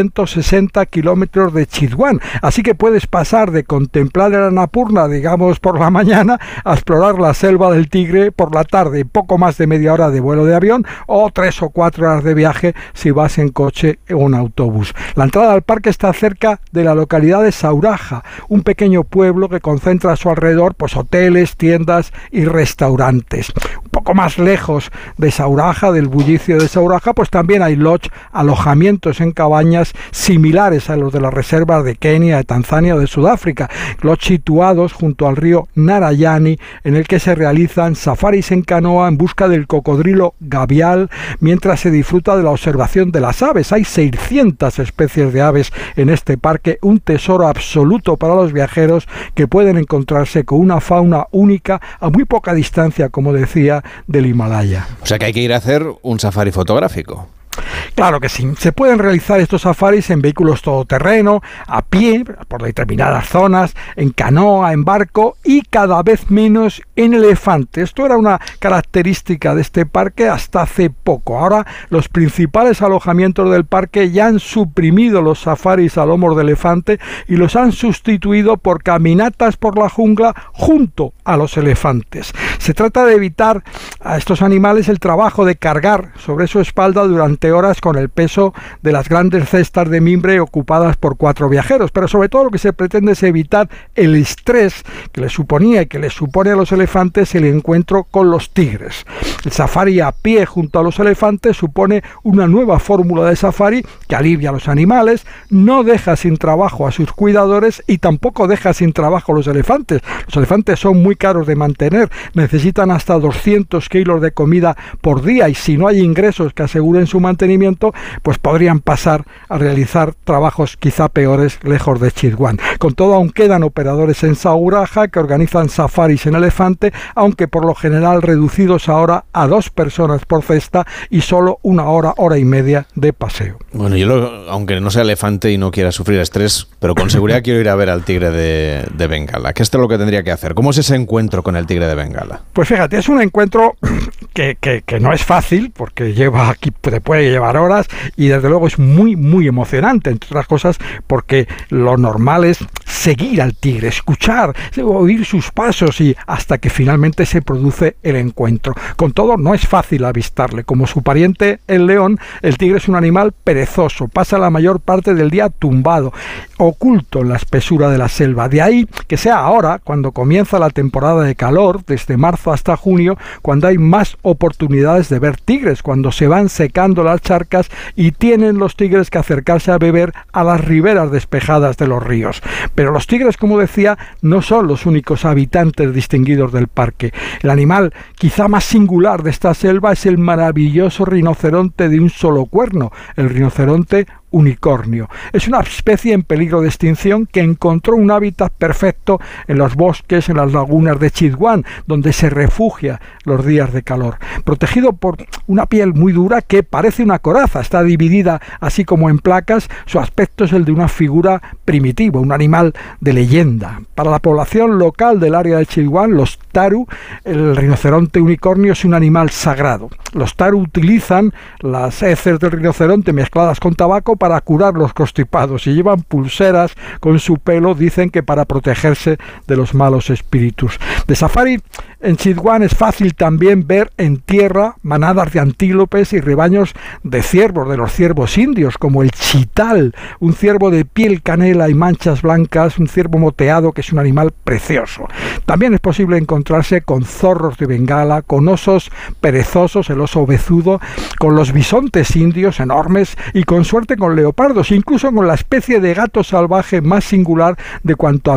160 kilómetros de Chitwan, así que puedes pasar de contemplar el Annapurna, digamos, por la mañana, a explorar la selva del Tigre por la tarde, poco más de media hora de vuelo de avión o 3 o 4 horas de viaje si vas en coche o en autobús. La entrada al parque está cerca de la localidad de Sauraja, un pequeño pueblo que concentra a su alrededor pues hoteles, tiendas y restaurantes. Un poco más lejos de Sauraja, del bullicio de Sauraja, pues también hay lodge, alojamientos en cabañas similares a los de las reservas de Kenia, de Tanzania o de Sudáfrica, lodge situados junto al río Narayani, en el que se realizan safaris en canoa en busca del cocodrilo gavial, mientras se disfruta de la observación de las aves. Hay 600 especies de aves en este parque, un tesoro absoluto para los viajeros que pueden encontrarse con una fauna única a muy poca distancia, como decía, del Himalaya. O sea que hay que ir a hacer un safari fotográfico. Claro que sí, se pueden realizar estos safaris en vehículos todoterreno, a pie, por determinadas zonas, en canoa, en barco y cada vez menos en elefante. Esto era una característica de este parque hasta hace poco. Ahora los principales alojamientos del parque ya han suprimido los safaris a lomos de elefante y los han sustituido por caminatas por la jungla junto a los elefantes. Se trata de evitar a estos animales el trabajo de cargar sobre su espalda durante horas con el peso de las grandes cestas de mimbre ocupadas por 4 viajeros, pero sobre todo lo que se pretende es evitar el estrés que les suponía y que les supone a los elefantes el encuentro con los tigres. El safari a pie junto a los elefantes supone una nueva fórmula de safari que alivia a los animales, no deja sin trabajo a sus cuidadores y tampoco deja sin trabajo a los elefantes. Los elefantes son muy caros de mantener, necesitan hasta 200 kilos de comida por día y si no hay ingresos que aseguren su mantenimiento, pues podrían pasar a realizar trabajos quizá peores lejos de Chitwan. Con todo, aún quedan operadores en Sauraja que organizan safaris en elefante, aunque por lo general reducidos ahora a 2 personas por cesta y solo 1 hora, hora y media de paseo. Bueno, aunque no sea elefante y no quiera sufrir estrés, pero con seguridad quiero ir a ver al tigre de Bengala, que esto es lo que tendría que hacer. ¿Cómo es ese encuentro con el tigre de Bengala? Pues fíjate, es un encuentro que no es fácil, porque te puede llevar horas y desde luego es muy, muy emocionante, entre otras cosas porque lo normal es seguir al tigre, escuchar, oír sus pasos y hasta que finalmente se produce el encuentro. Con todo, no es fácil avistarle. Como su pariente el león, el tigre es un animal perezoso, pasa la mayor parte del día tumbado, oculto en la espesura de la selva. De ahí que sea ahora, cuando comienza la temporada de calor, desde marzo hasta junio, cuando hay más oportunidades de ver tigres, cuando se van secando las charcas y tienen los tigres que acercarse a beber a las riberas despejadas de los ríos. Pero los tigres, como decía, no son los únicos habitantes distinguidos del parque. El animal quizá más singular de esta selva es el maravilloso rinoceronte de un solo cuerno, el rinoceronte unicornio. Es una especie en peligro de extinción que encontró un hábitat perfecto en los bosques, en las lagunas de Chitwan, donde se refugia los días de calor. Protegido por una piel muy dura que parece una coraza, está dividida así como en placas, su aspecto es el de una figura primitiva, un animal de leyenda. Para la población local del área de Chitwan, los Taru, el rinoceronte unicornio es un animal sagrado. Los Taru utilizan las heces del rinoceronte mezcladas con tabaco para curar los constipados y llevan pulseras con su pelo, dicen que para protegerse de los malos espíritus. De safari en Chitwan es fácil también ver en tierra manadas de antílopes y rebaños de ciervos, de los ciervos indios, como el chital, un ciervo de piel canela y manchas blancas, un ciervo moteado que es un animal precioso. También es posible encontrarse con zorros de Bengala, con osos perezosos, el oso bezudo, con los bisontes indios enormes y con suerte con leopardos, incluso con la especie de gato salvaje más singular de cuantas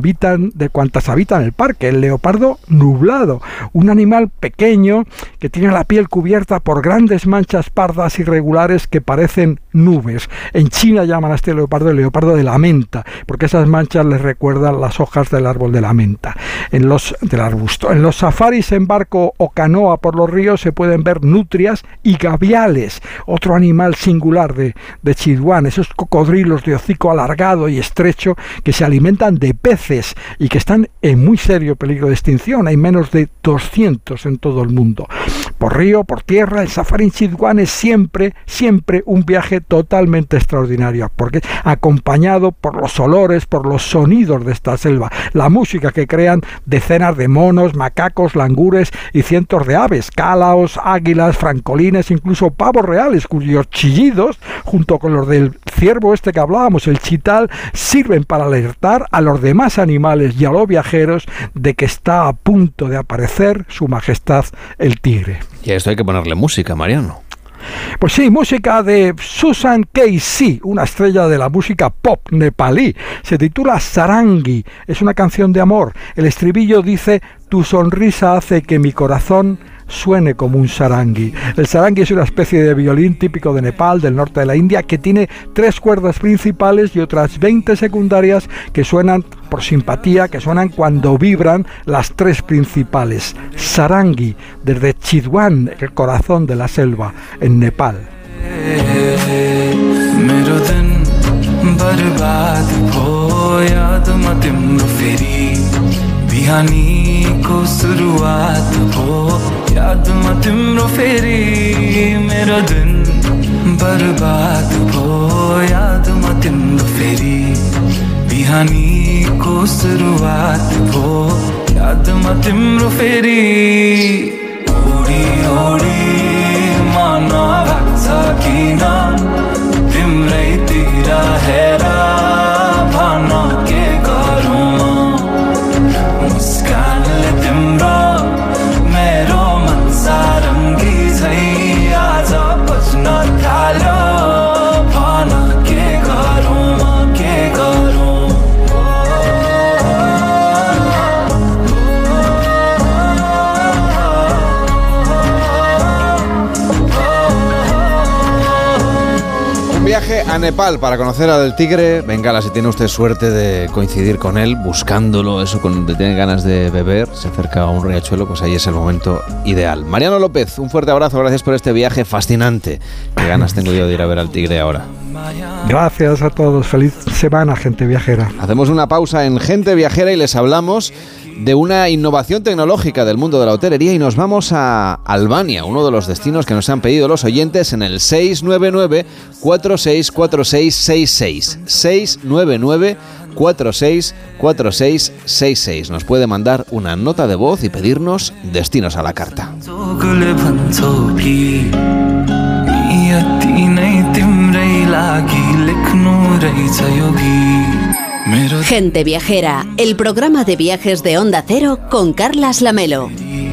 habitan el parque, el leopardo nublado, un animal pequeño que tiene la piel cubierta por grandes manchas pardas irregulares que parecen nubes. En China llaman a este leopardo el leopardo de la menta, porque esas manchas les recuerdan las hojas del árbol de la menta, del arbusto. En los safaris en barco o canoa por los ríos se pueden ver nutrias y gaviales, otro animal singular de Chitwan, esos cocodrilos de hocico alargado y estrecho que se alimentan de peces y que están en muy serio peligro de extinción. Hay menos de 200 en todo el mundo. por río, por tierra. El safari en Chitwan es siempre un viaje totalmente extraordinario, porque acompañado por los olores, por los sonidos de esta selva, la música que crean decenas de monos, macacos, langures y cientos de aves, cálaos, águilas, francolines, incluso pavos reales, cuyos chillidos, junto con los del ciervo este que hablábamos, el chital, sirven para alertar a los demás animales y a los viajeros de que está a punto de aparecer su majestad el tigre. Y a esto hay que ponerle música, Mariano. Pues sí, música de Susan K.C., una estrella de la música pop nepalí. Se titula Sarangi, es una canción de amor. El estribillo dice: tu sonrisa hace que mi corazón suene como un sarangi. El sarangi es una especie de violín típico de Nepal, del norte de la India, que tiene 3 cuerdas principales y otras 20 secundarias que suenan por simpatía, que suenan cuando vibran las 3 principales. Sarangi, desde Chitwan, el corazón de la selva, en Nepal. बिहानीको सुरुवात हो यादमा तिम्रो फेरि मेरो दिन बर्बाद हो यादमा तिम्रो फेरि बिहानीको सुरुवात हो यादमा तिम्रो फेरि ओडी ओडी मन लाग्छ किन तिम्रैतिर हेर भन के गरौँ मुस्कानले तिम्रो मेरो मन सारङ्गी झै आज बज्न थाल्यो भन के गरौँ के गरौँ Viaje a Nepal para conocer al tigre. Venga, si tiene usted suerte de coincidir con él, buscándolo, eso, cuando tiene ganas de beber, se acerca a un riachuelo, pues ahí es el momento ideal. Mariano López, un fuerte abrazo, gracias por este viaje fascinante. Qué ganas tengo yo de ir a ver al tigre ahora. Gracias a todos, feliz semana, gente viajera. Hacemos una pausa en Gente Viajera y les hablamos de una innovación tecnológica del mundo de la hotelería y nos vamos a Albania, uno de los destinos que nos han pedido los oyentes en el 699-464666. 699-464666. Nos puede mandar una nota de voz y pedirnos destinos a la carta. Gente Viajera, el programa de viajes de Onda Cero con Carlas Lamelo.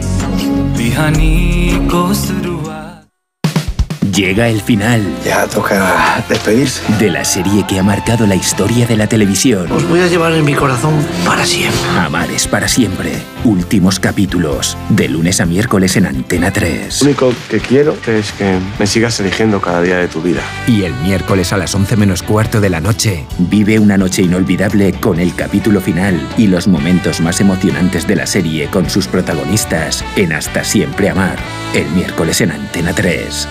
Llega el final. Ya toca despedirse. De la serie que ha marcado la historia de la televisión. Os voy a llevar en mi corazón para siempre. Amar es para siempre. Últimos capítulos. De lunes a miércoles en Antena 3. Lo único que quiero es que me sigas eligiendo cada día de tu vida. Y el miércoles a las 11 menos cuarto de la noche. Vive una noche inolvidable con el capítulo final y los momentos más emocionantes de la serie con sus protagonistas en Hasta Siempre Amar. El miércoles en Antena 3.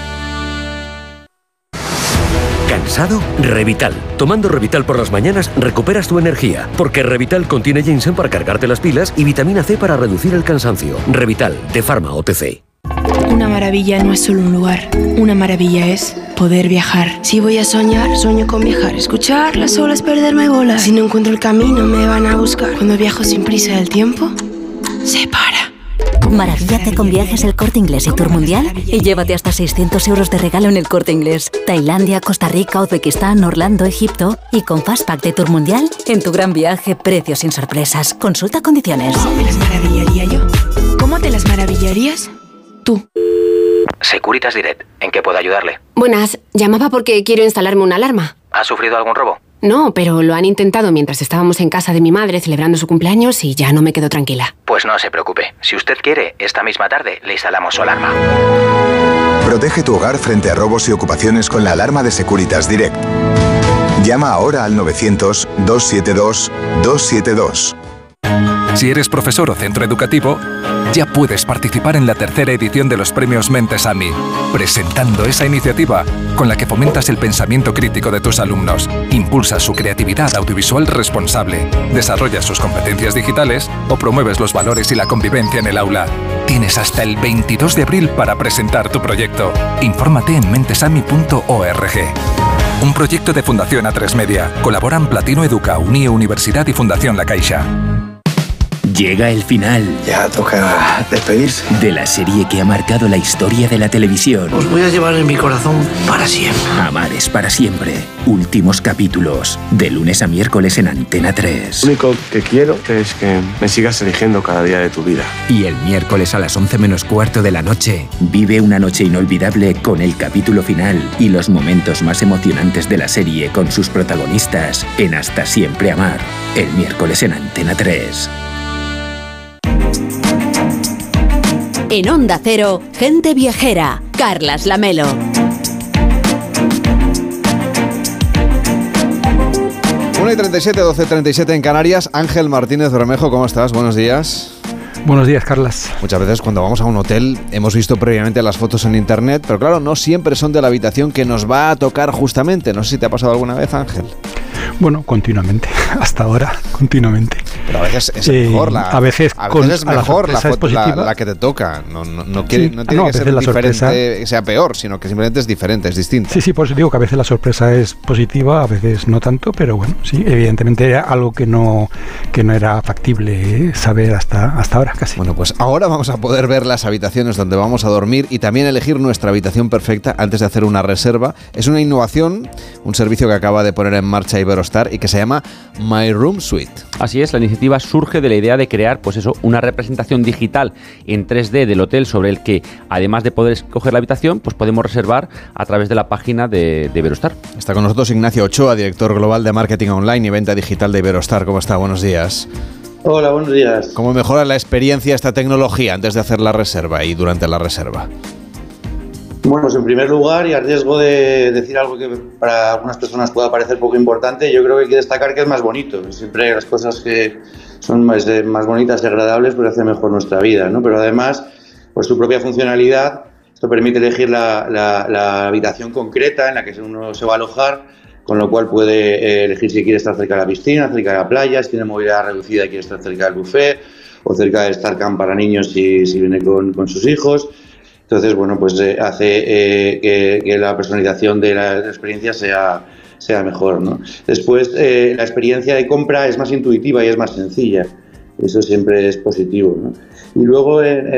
¿Cansado? Revital. Tomando Revital por las mañanas recuperas tu energía, porque Revital contiene ginseng para cargarte las pilas y vitamina C para reducir el cansancio. Revital, de Pharma OTC. Una maravilla no es solo un lugar. Una maravilla es poder viajar. Si voy a soñar, sueño con viajar. Escuchar las olas, perderme bolas. Si no encuentro el camino, me van a buscar. Cuando viajo sin prisa, el tiempo se para. Maravíllate con Viajes El Corte Inglés y Tour Mundial y llévate hasta 600 euros de regalo en El Corte Inglés. Tailandia, Costa Rica, Uzbekistán, Orlando, Egipto y con Fastpack de Tour Mundial en tu gran viaje, precios sin sorpresas. Consulta condiciones. ¿Cómo me las maravillaría yo? ¿Cómo te las maravillarías tú? Securitas Direct, ¿en qué puedo ayudarle? Buenas, llamaba porque quiero instalarme una alarma. ¿Ha sufrido algún robo? No, pero lo han intentado mientras estábamos en casa de mi madre celebrando su cumpleaños y ya no me quedo tranquila. Pues no se preocupe. Si usted quiere, esta misma tarde le instalamos su alarma. Protege tu hogar frente a robos y ocupaciones con la alarma de Securitas Direct. Llama ahora al 900-272-272. Si eres profesor o centro educativo, ya puedes participar en la tercera edición de los premios Mentes AMI, presentando esa iniciativa con la que fomentas el pensamiento crítico de tus alumnos, impulsas su creatividad audiovisual responsable, desarrollas sus competencias digitales o promueves los valores y la convivencia en el aula. Tienes hasta el 22 de abril para presentar tu proyecto. Infórmate en mentesami.org. Un proyecto de Fundación A3 Media. Colaboran Platino Educa, Unie Universidad y Fundación La Caixa. Llega el final. Ya toca despedirse. De la serie que ha marcado la historia de la televisión. Os voy a llevar en mi corazón para siempre. Amar es para siempre. Últimos capítulos. De lunes a miércoles en Antena 3. Lo único que quiero es que me sigas eligiendo cada día de tu vida. Y el miércoles a las 11:15 de la noche. Vive una noche inolvidable con el capítulo final y los momentos más emocionantes de la serie con sus protagonistas en Hasta Siempre Amar. El miércoles en Antena 3. En Onda Cero, Gente Viajera, Carlas Lamelo. Y 37, 12:37 en Canarias. Ángel Martínez Bermejo, ¿cómo estás? Buenos días. Buenos días, Carlas. Muchas veces cuando vamos a un hotel hemos visto previamente las fotos en internet, pero claro, no siempre son de la habitación que nos va a tocar justamente. No sé si te ha pasado alguna vez, Ángel. Bueno, continuamente, hasta ahora, continuamente. Pero a veces es mejor a veces es mejor la foto, la que te toca. No tiene que ser diferente, que sea peor, sino que simplemente es diferente, es distinto. Sí, por eso digo que a veces la sorpresa es positiva, a veces no tanto, pero bueno, sí, evidentemente era algo que no era factible saber hasta ahora casi. Bueno, pues ahora vamos a poder ver las habitaciones donde vamos a dormir y también elegir nuestra habitación perfecta antes de hacer una reserva. Es una innovación, un servicio que acaba de poner en marcha Iberostar y que se llama My Room Suite. Así es, la iniciativa surge de la idea de crear, pues eso, una representación digital en 3D del hotel sobre el que, además de poder escoger la habitación, pues podemos reservar a través de la página de Iberostar. Está con nosotros Ignacio Ochoa, director global de marketing online y venta digital de Iberostar. ¿Cómo está? Buenos días. Hola, buenos días. ¿Cómo mejora la experiencia esta tecnología antes de hacer la reserva y durante la reserva? Bueno, pues en primer lugar, y a riesgo de decir algo que para algunas personas pueda parecer poco importante, yo creo que hay que destacar que es más bonito. Siempre las cosas que son más bonitas y agradables pues hacen mejor nuestra vida, ¿no? Pero además, por su propia funcionalidad, esto permite elegir la habitación concreta en la que uno se va a alojar, con lo cual puede elegir si quiere estar cerca de la piscina, cerca de la playa, si tiene movilidad reducida y quiere estar cerca del buffet, o cerca del Star Camp para niños si viene con sus hijos. Entonces, bueno, pues hace que la personalización de la experiencia sea mejor, ¿no? Después, la experiencia de compra es más intuitiva y es más sencilla. Eso siempre es positivo, ¿no? Y luego,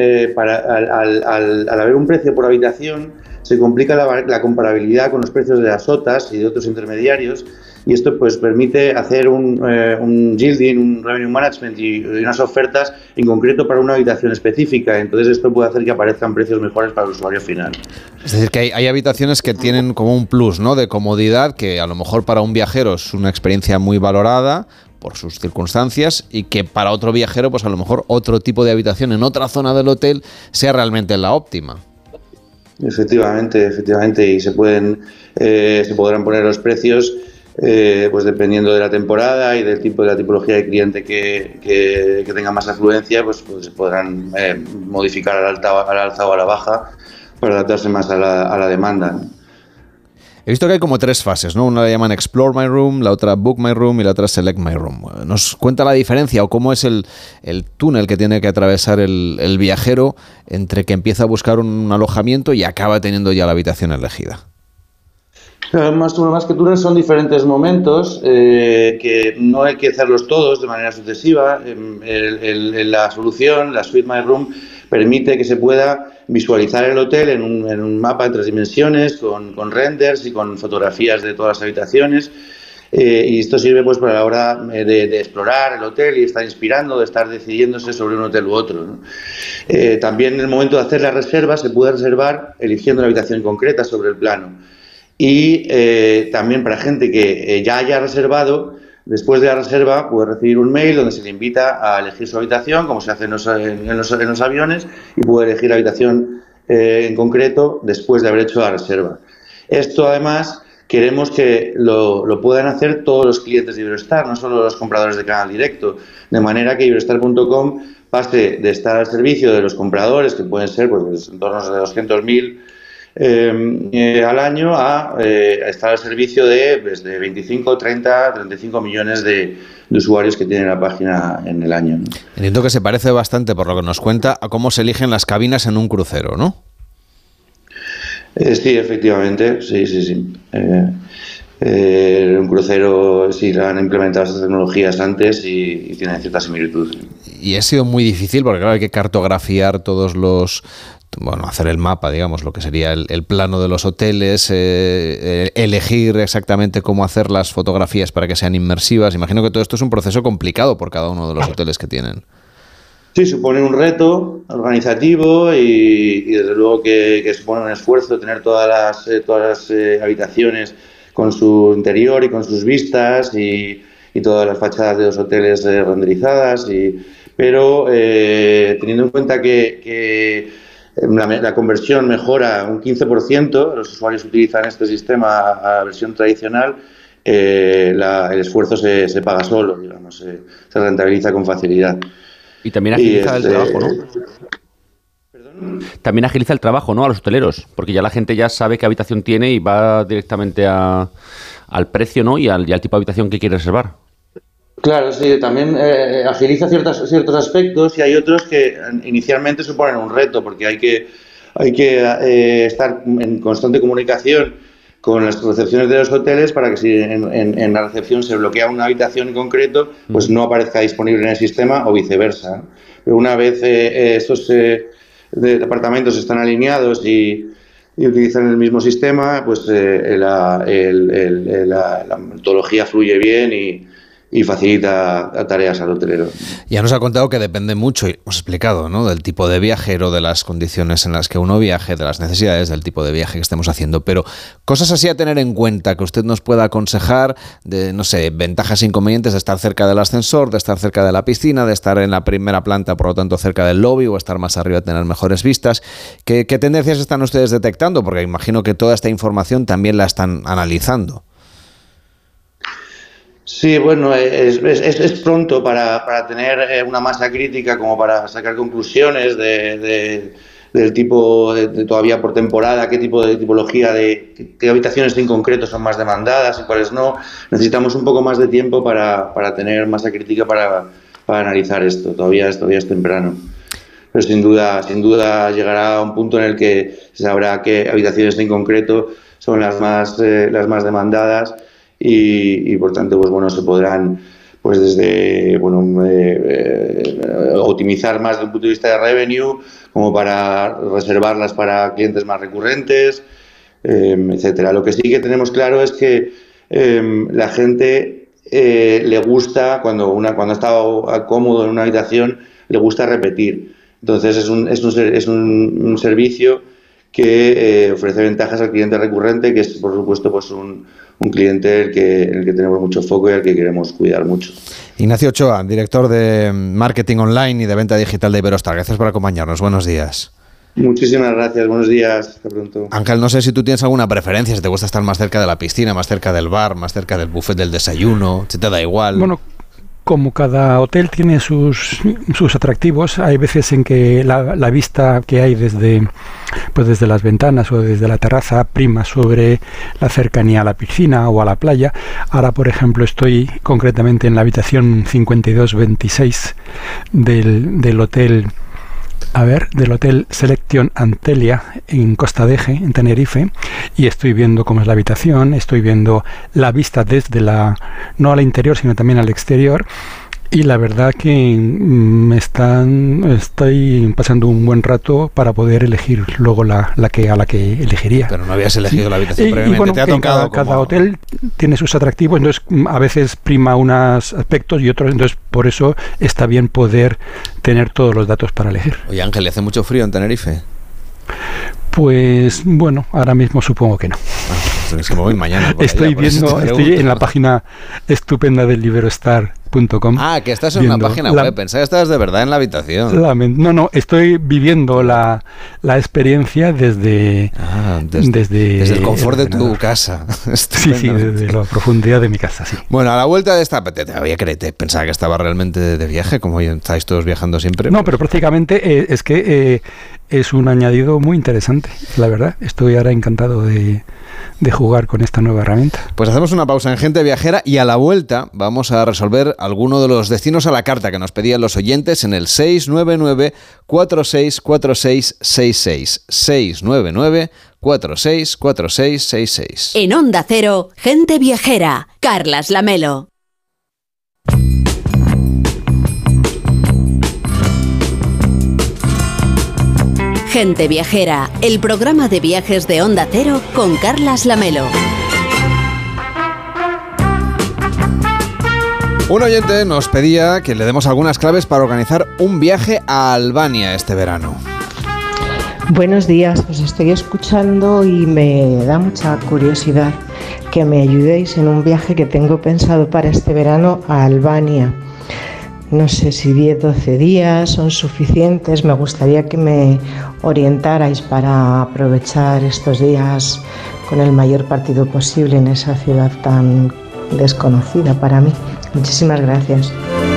al haber un precio por habitación, se complica la comparabilidad con los precios de las OTAs y de otros intermediarios, y esto pues permite hacer un yielding, un revenue management y unas ofertas en concreto para una habitación específica. Entonces esto puede hacer que aparezcan precios mejores para el usuario final. Es decir, que hay habitaciones que tienen como un plus, ¿no?, de comodidad, que a lo mejor para un viajero es una experiencia muy valorada por sus circunstancias, y que para otro viajero pues a lo mejor otro tipo de habitación en otra zona del hotel sea realmente la óptima. Efectivamente, y se podrán poner los precios pues dependiendo de la temporada y del tipo de la tipología de cliente que tenga más afluencia, pues se podrán modificar al alza o a la baja para adaptarse más a la demanda. He visto que hay como 3 fases, ¿no? Una la llaman Explore My Room, la otra Book My Room y la otra Select My Room. ¿Nos cuenta la diferencia o cómo es el túnel que tiene que atravesar el viajero entre que empieza a buscar un alojamiento y acaba teniendo ya la habitación elegida? Más que túneles son diferentes momentos que no hay que hacerlos todos de manera sucesiva. La solución, la Suite My Room, permite que se pueda visualizar el hotel en un mapa en 3 dimensiones con renders y con fotografías de todas las habitaciones, y esto sirve pues para la hora de explorar el hotel y estar inspirando, de estar decidiéndose sobre un hotel u otro, ¿no? También en el momento de hacer la reserva se puede reservar eligiendo la habitación concreta sobre el plano, y también para gente que ya haya reservado, después de la reserva puede recibir un mail donde se le invita a elegir su habitación, como se hace en los aviones, y puede elegir la habitación en concreto después de haber hecho la reserva. Esto además queremos que lo puedan hacer todos los clientes de Iberostar, no solo los compradores de canal directo, de manera que iberostar.com pase de estar al servicio de los compradores, que pueden ser pues, en torno a 200.000 al año, a estar al servicio de 25, 30, 35 millones de usuarios que tiene la página en el año, ¿no? Entiendo que se parece bastante, por lo que nos cuenta, a cómo se eligen las cabinas en un crucero, ¿no? Sí, efectivamente, sí. Un crucero sí han implementado estas tecnologías antes y tienen cierta similitud. Y ha sido muy difícil porque claro, hay que cartografiar hacer el mapa, digamos, lo que sería el plano de los hoteles, elegir exactamente cómo hacer las fotografías para que sean inmersivas. Imagino que todo esto es un proceso complicado por cada uno de los hoteles que tienen. Sí, supone un reto organizativo y desde luego que supone un esfuerzo tener todas las habitaciones con su interior y con sus vistas y todas las fachadas de los hoteles renderizadas, pero teniendo en cuenta que la conversión mejora un 15%, los usuarios utilizan este sistema a la versión tradicional, el esfuerzo se paga solo, digamos, se rentabiliza con facilidad. Y también agiliza el trabajo, ¿no? ¿Perdón? También agiliza el trabajo, ¿no? A los hoteleros, porque ya la gente ya sabe qué habitación tiene y va directamente al precio, ¿no? Y al tipo de habitación que quiere reservar. Claro, sí, también agiliza ciertos aspectos y hay otros que inicialmente suponen un reto, porque hay que estar en constante comunicación con las recepciones de los hoteles para que si en la recepción se bloquea una habitación en concreto, pues no aparezca disponible en el sistema o viceversa. Pero una vez estos departamentos están alineados y utilizan el mismo sistema, pues la metodología fluye bien y facilita tareas al hotelero. Ya nos ha contado que depende mucho, y hemos explicado, ¿no?, del tipo de viajero, de las condiciones en las que uno viaje, de las necesidades del tipo de viaje que estemos haciendo, pero cosas así a tener en cuenta que usted nos pueda aconsejar, de, no sé, ventajas e inconvenientes de estar cerca del ascensor, de estar cerca de la piscina, de estar en la primera planta, por lo tanto cerca del lobby, o estar más arriba, tener mejores vistas. ¿Qué tendencias están ustedes detectando? Porque imagino que toda esta información también la están analizando. Sí, bueno, es pronto para tener una masa crítica como para sacar conclusiones del tipo, todavía por temporada, qué tipo de tipología, qué habitaciones en concreto son más demandadas y cuáles no. Necesitamos un poco más de tiempo para tener masa crítica para analizar esto. Todavía es temprano. Pero sin duda llegará a un punto en el que se sabrá qué habitaciones en concreto son las más demandadas. Y por tanto, pues bueno, se podrán pues desde optimizar más desde un punto de vista de revenue, como para reservarlas para clientes más recurrentes, etcétera. Lo que sí que tenemos claro es que la gente le gusta, cuando ha estado cómodo en una habitación, le gusta repetir. Entonces es un servicio que ofrece ventajas al cliente recurrente, que es por supuesto pues un cliente en el que tenemos mucho foco y al que queremos cuidar mucho. Ignacio Ochoa, director de Marketing Online y de Venta Digital de Iberostar. Gracias por acompañarnos. Buenos días. Muchísimas gracias. Buenos días. Hasta pronto. Ángel, no sé si tú tienes alguna preferencia, si te gusta estar más cerca de la piscina, más cerca del bar, más cerca del buffet del desayuno, si te da igual. Bueno, como cada hotel tiene sus atractivos, hay veces en que la vista que hay desde las ventanas o desde la terraza prima sobre la cercanía a la piscina o a la playa. Ahora, por ejemplo, estoy concretamente en la habitación 5226 del hotel Selection Antelia en Costa Deje, en Tenerife, y estoy viendo cómo es la habitación, estoy viendo la vista desde no al interior, sino también al exterior, y la verdad que estoy pasando un buen rato para poder elegir luego a la que elegiría. Pero no habías elegido la habitación previamente. Y bueno, te ha tocado cada hotel tiene sus atractivos, entonces a veces prima unos aspectos y otros, entonces por eso está bien poder tener todos los datos para elegir. Oye, Ángel, ¿le hace mucho frío en Tenerife? Pues bueno, ahora mismo supongo que no. Se me voy mañana. Estoy en la página estupenda del liberostar.com. Ah, que estás en una página web. Pensaba que estabas de verdad en la habitación. No, estoy viviendo la experiencia desde el confort de tu casa. Sí, desde la profundidad de mi casa, sí. Bueno, a la vuelta de esta, pensaba que estaba realmente de viaje, como estáis todos viajando siempre. No, pero prácticamente es que es un añadido muy interesante, la verdad. Estoy ahora encantado de jugar con esta nueva herramienta. Pues hacemos una pausa en Gente Viajera y a la vuelta vamos a resolver alguno de los destinos a la carta que nos pedían los oyentes en el 699-464666. 699-464666. En Onda Cero, Gente Viajera, Carlas Lamelo. Gente Viajera, el programa de viajes de Onda Cero con Carlas Lamelo. Un oyente nos pedía que le demos algunas claves para organizar un viaje a Albania este verano. Buenos días, os estoy escuchando y me da mucha curiosidad que me ayudéis en un viaje que tengo pensado para este verano a Albania. No sé si 10-12 días son suficientes. Me gustaría que me orientarais para aprovechar estos días con el mayor partido posible en esa ciudad tan desconocida para mí. Muchísimas gracias.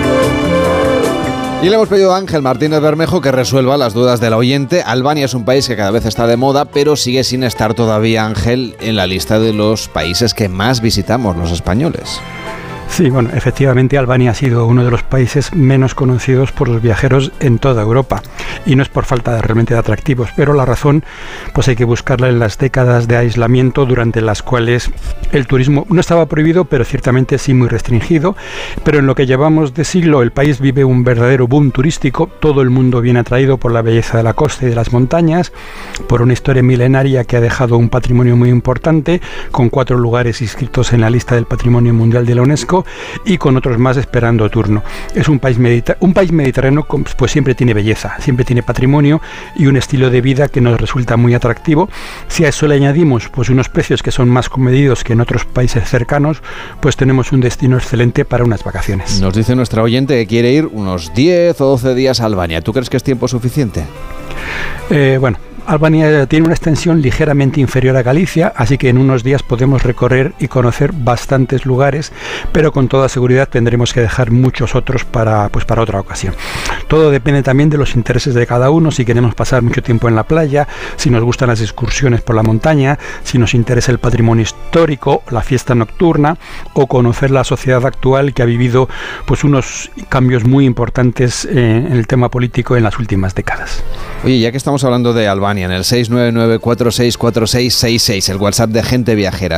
Y le hemos pedido a Ángel Martínez Bermejo que resuelva las dudas del oyente. Albania es un país que cada vez está de moda, pero sigue sin estar todavía, Ángel, en la lista de los países que más visitamos los españoles. Sí, bueno, efectivamente Albania ha sido uno de los países menos conocidos por los viajeros en toda Europa, y no es por falta realmente de atractivos, pero la razón pues hay que buscarla en las décadas de aislamiento durante las cuales el turismo no estaba prohibido, pero ciertamente sí muy restringido. Pero en lo que llevamos de siglo el país vive un verdadero boom turístico. Todo el mundo viene atraído por la belleza de la costa y de las montañas, por una historia milenaria que ha dejado un patrimonio muy importante, con 4 lugares inscritos en la lista del Patrimonio Mundial de la UNESCO y con otros más esperando turno. Es un país mediterráneo, pues siempre tiene belleza, siempre tiene patrimonio y un estilo de vida que nos resulta muy atractivo. Si a eso le añadimos pues unos precios que son más comedidos que en otros países cercanos, pues tenemos un destino excelente para unas vacaciones. Nos dice nuestra oyente que quiere ir unos 10 o 12 días a Albania. ¿Tú crees que es tiempo suficiente? Bueno, Albania tiene una extensión ligeramente inferior a Galicia, así que en unos días podemos recorrer y conocer bastantes lugares, pero con toda seguridad tendremos que dejar muchos otros para otra ocasión. Todo depende también de los intereses de cada uno, si queremos pasar mucho tiempo en la playa, si nos gustan las excursiones por la montaña, si nos interesa el patrimonio histórico, la fiesta nocturna o conocer la sociedad actual que ha vivido pues unos cambios muy importantes en el tema político en las últimas décadas. Oye, ya que estamos hablando de Albania, en el 699-464666, el WhatsApp de Gente Viajera,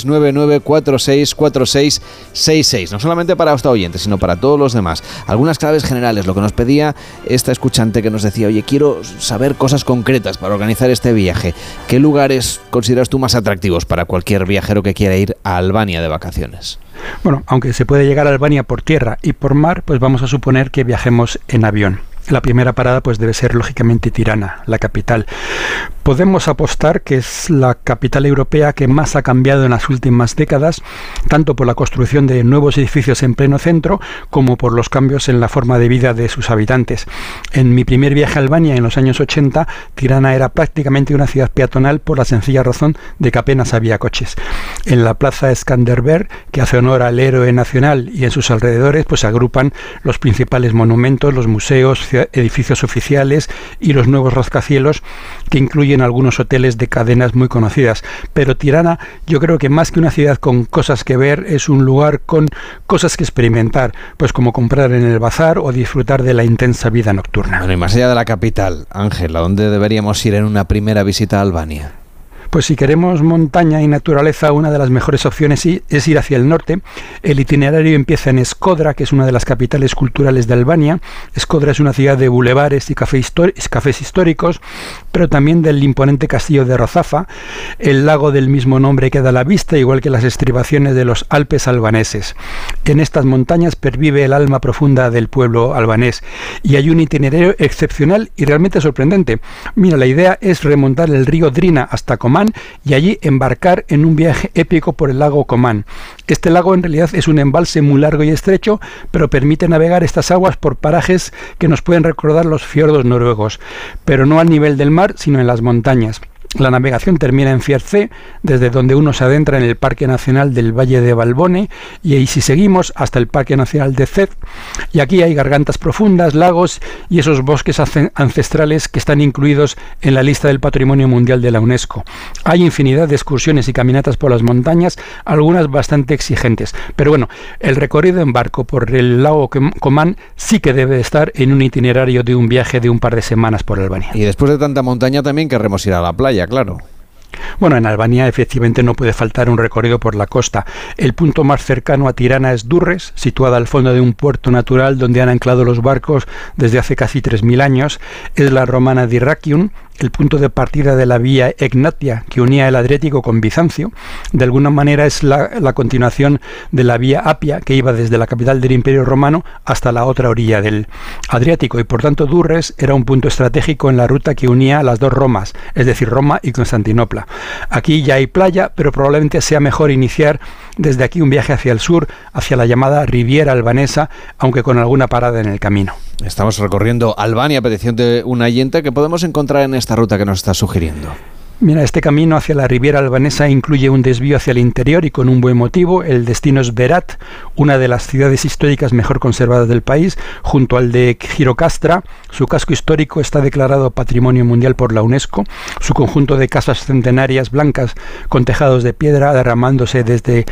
699-464666, no solamente para esta oyente, sino para todos los demás. Algunas claves generales, lo que nos pedía esta escuchante que nos decía, oye, quiero saber cosas concretas para organizar este viaje. ¿Qué lugares consideras tú más atractivos para cualquier viajero que quiera ir a Albania de vacaciones? Bueno, aunque se puede llegar a Albania por tierra y por mar, pues vamos a suponer que viajemos en avión. La primera parada pues debe ser lógicamente Tirana, la capital. Podemos apostar que es la capital europea que más ha cambiado en las últimas décadas, tanto por la construcción de nuevos edificios en pleno centro como por los cambios en la forma de vida de sus habitantes. En mi primer viaje a Albania en los años 80, Tirana era prácticamente una ciudad peatonal por la sencilla razón de que apenas había coches. En la plaza Skanderberg, que hace honor al héroe nacional, y en sus alrededores pues se agrupan los principales monumentos, los museos, edificios oficiales y los nuevos rascacielos que incluyen algunos hoteles de cadenas muy conocidas. Pero Tirana, yo creo que más que una ciudad con cosas que ver, es un lugar con cosas que experimentar, pues como comprar en el bazar o disfrutar de la intensa vida nocturna. Bueno, y más allá de la capital, Ángel, ¿a dónde deberíamos ir en una primera visita a Albania? Pues si queremos montaña y naturaleza, una de las mejores opciones es ir hacia el norte. El itinerario empieza en Shkodra, que es una de las capitales culturales de Albania. Shkodra es una ciudad de bulevares y cafés históricos, pero también del imponente castillo de Rozafa. El lago del mismo nombre queda a la vista, igual que las estribaciones de los Alpes albaneses. En estas montañas pervive el alma profunda del pueblo albanés y hay un itinerario excepcional y realmente sorprendente. Mira, la idea es remontar el río Drina hasta Comán, Comán y allí embarcar en un viaje épico por el lago Comán. Este lago en realidad es un embalse muy largo y estrecho, pero permite navegar estas aguas por parajes que nos pueden recordar los fiordos noruegos, pero no al nivel del mar, sino en las montañas. La navegación termina en Fierce, desde donde uno se adentra en el Parque Nacional del Valle de Valbonne, y ahí si seguimos hasta el Parque Nacional de Ced, y aquí hay gargantas profundas, lagos y esos bosques ancestrales que están incluidos en la lista del Patrimonio Mundial de la UNESCO. Hay infinidad de excursiones y caminatas por las montañas, algunas bastante exigentes, pero bueno, el recorrido en barco por el lago Comán sí que debe estar en un itinerario de un viaje de un par de semanas por Albania. Y después de tanta montaña también querremos ir a la playa, claro. Bueno, en Albania efectivamente no puede faltar un recorrido por la costa. El punto más cercano a Tirana es Durrës, situada al fondo de un puerto natural donde han anclado los barcos desde hace casi 3000 años. Es la romana Dyrrachium, el punto de partida de la vía Egnatia que unía el Adriático con Bizancio. De alguna manera es la continuación de la vía Apia que iba desde la capital del Imperio Romano hasta la otra orilla del Adriático, y por tanto Durrës era un punto estratégico en la ruta que unía a las dos Romas, es decir, Roma y Constantinopla. Aquí ya hay playa, pero probablemente sea mejor iniciar desde aquí un viaje hacia el sur, hacia la llamada Riviera Albanesa, aunque con alguna parada en el camino. Estamos recorriendo Albania a petición de un oyente que podemos encontrar en esta ruta que nos está sugiriendo. Mira, este camino hacia la Riviera Albanesa incluye un desvío hacia el interior y con un buen motivo. El destino es Berat, una de las ciudades históricas mejor conservadas del país, junto al de Gjirokastra. Su casco histórico está declarado Patrimonio Mundial por la UNESCO. Su conjunto de casas centenarias blancas con tejados de piedra derramándose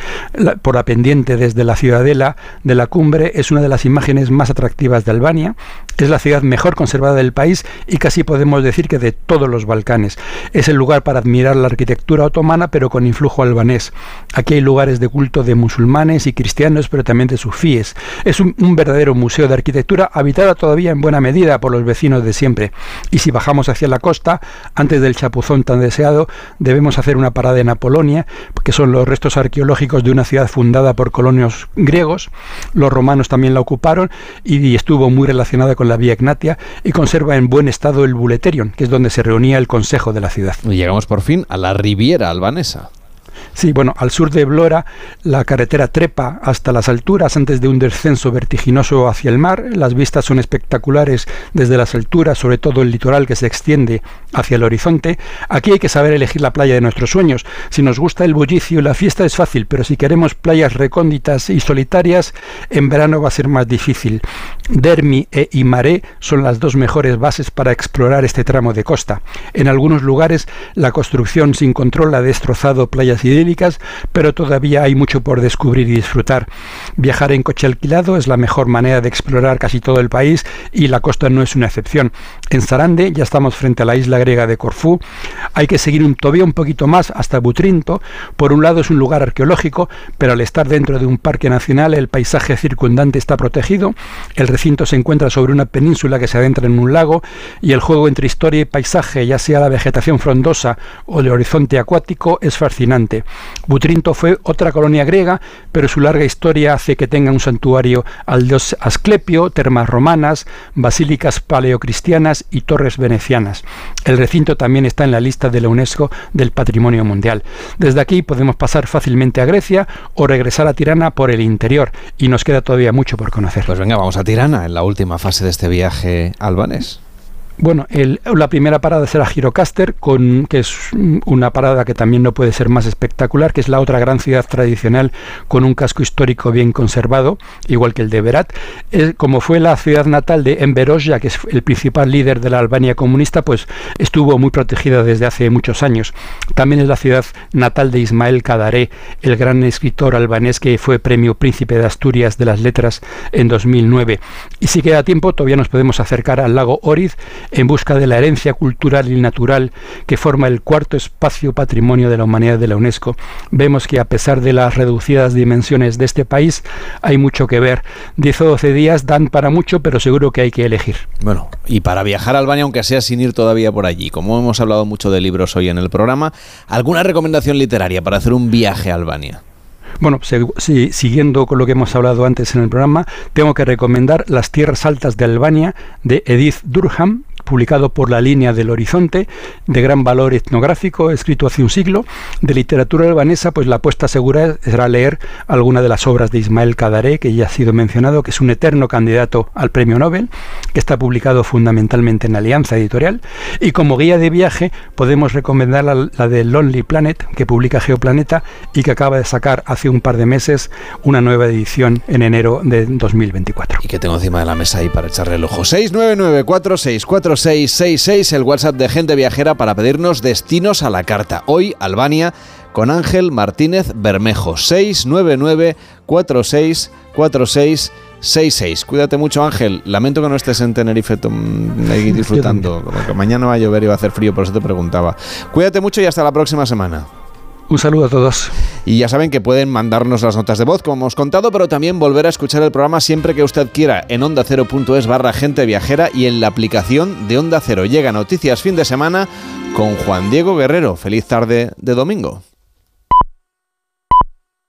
por la pendiente desde la ciudadela de la cumbre es una de las imágenes más atractivas de Albania. Es la ciudad mejor conservada del país y casi podemos decir que de todos los Balcanes. Es el lugar para admirar la arquitectura otomana, pero con influjo albanés. Aquí hay lugares de culto de musulmanes y cristianos, pero también de sufíes. Es un verdadero museo de arquitectura, habitada todavía en buena medida por los vecinos de siempre. Y si bajamos hacia la costa, antes del chapuzón tan deseado, debemos hacer una parada en Apolonia, que son los restos arqueológicos de una ciudad fundada por colonos griegos. Los romanos también la ocuparon y estuvo muy relacionada con la vía Egnatia, y conserva en buen estado el Buleterion, que es donde se reunía el consejo de la ciudad. Llegamos por fin a la Riviera Albanesa. Sí, bueno, al sur de Vlora la carretera trepa hasta las alturas antes de un descenso vertiginoso hacia el mar. Las vistas son espectaculares desde las alturas, sobre todo el litoral que se extiende hacia el horizonte. Aquí hay que saber elegir la playa de nuestros sueños. Si nos gusta el bullicio y la fiesta es fácil, pero si queremos playas recónditas y solitarias, en verano va a ser más difícil. Dermi e Imaré son las dos mejores bases para explorar este tramo de costa. En algunos lugares la construcción sin control ha destrozado playas idílicas, pero todavía hay mucho por descubrir y disfrutar. Viajar en coche alquilado es la mejor manera de explorar casi todo el país y la costa no es una excepción. En Sarande ya estamos frente a la isla griega de Corfú. Hay que seguir todavía un poquito más hasta Butrinto. Por un lado es un lugar arqueológico, pero al estar dentro de un parque nacional el paisaje circundante está protegido. El recinto se encuentra sobre una península que se adentra en un lago y el juego entre historia y paisaje, ya sea la vegetación frondosa o el horizonte acuático, es fascinante. Butrinto fue otra colonia griega, pero su larga historia hace que tenga un santuario al dios Asclepio, termas romanas, basílicas paleocristianas y torres venecianas. El recinto también está en la lista de la UNESCO del Patrimonio Mundial. Desde aquí podemos pasar fácilmente a Grecia o regresar a Tirana por el interior, y nos queda todavía mucho por conocer. Pues venga, vamos a Tirana en la última fase de este viaje albanés. Bueno, la primera parada será Gjirokastra, que es una parada que también no puede ser más espectacular, que es la otra gran ciudad tradicional con un casco histórico bien conservado, igual que el de Berat. Como fue la ciudad natal de Enver Hoxha, que es el principal líder de la Albania comunista, pues estuvo muy protegida desde hace muchos años. También es la ciudad natal de Ismail Kadare, el gran escritor albanés que fue premio Príncipe de Asturias de las Letras en 2009. Y si queda tiempo, todavía nos podemos acercar al lago Ohrid, en busca de la herencia cultural y natural que forma el cuarto espacio patrimonio de la humanidad de la UNESCO. Vemos que a pesar de las reducidas dimensiones de este país, hay mucho que ver. 10 o 12 días dan para mucho, pero seguro que hay que elegir. Bueno, y para viajar a Albania, aunque sea sin ir todavía por allí, como hemos hablado mucho de libros hoy en el programa, ¿alguna recomendación literaria para hacer un viaje a Albania? Bueno, siguiendo con lo que hemos hablado antes en el programa, tengo que recomendar Las tierras altas de Albania, de Edith Durham, publicado por La Línea del Horizonte, de gran valor etnográfico, escrito hace un siglo. De literatura albanesa, pues la apuesta segura será leer alguna de las obras de Ismael Kadaré, que ya ha sido mencionado, que es un eterno candidato al premio Nobel, que está publicado fundamentalmente en Alianza Editorial. Y como guía de viaje podemos recomendar la de Lonely Planet, que publica Geoplaneta y que acaba de sacar hace un par de meses una nueva edición en enero de 2024. Y que tengo encima de la mesa ahí para echarle el ojo. 699464666, el WhatsApp de Gente Viajera para pedirnos destinos a la carta. Hoy Albania con Ángel Martínez Bermejo. 699464666. Cuídate mucho, Ángel. Lamento que no estés en Tenerife ahí disfrutando. Porque mañana va a llover y va a hacer frío, por eso te preguntaba. Cuídate mucho y hasta la próxima semana. Un saludo a todos. Y ya saben que pueden mandarnos las notas de voz, como hemos contado, pero también volver a escuchar el programa siempre que usted quiera en ondacero.es/Gente Viajera y en la aplicación de Onda Cero. Llega Noticias Fin de Semana con Juan Diego Guerrero. Feliz tarde de domingo.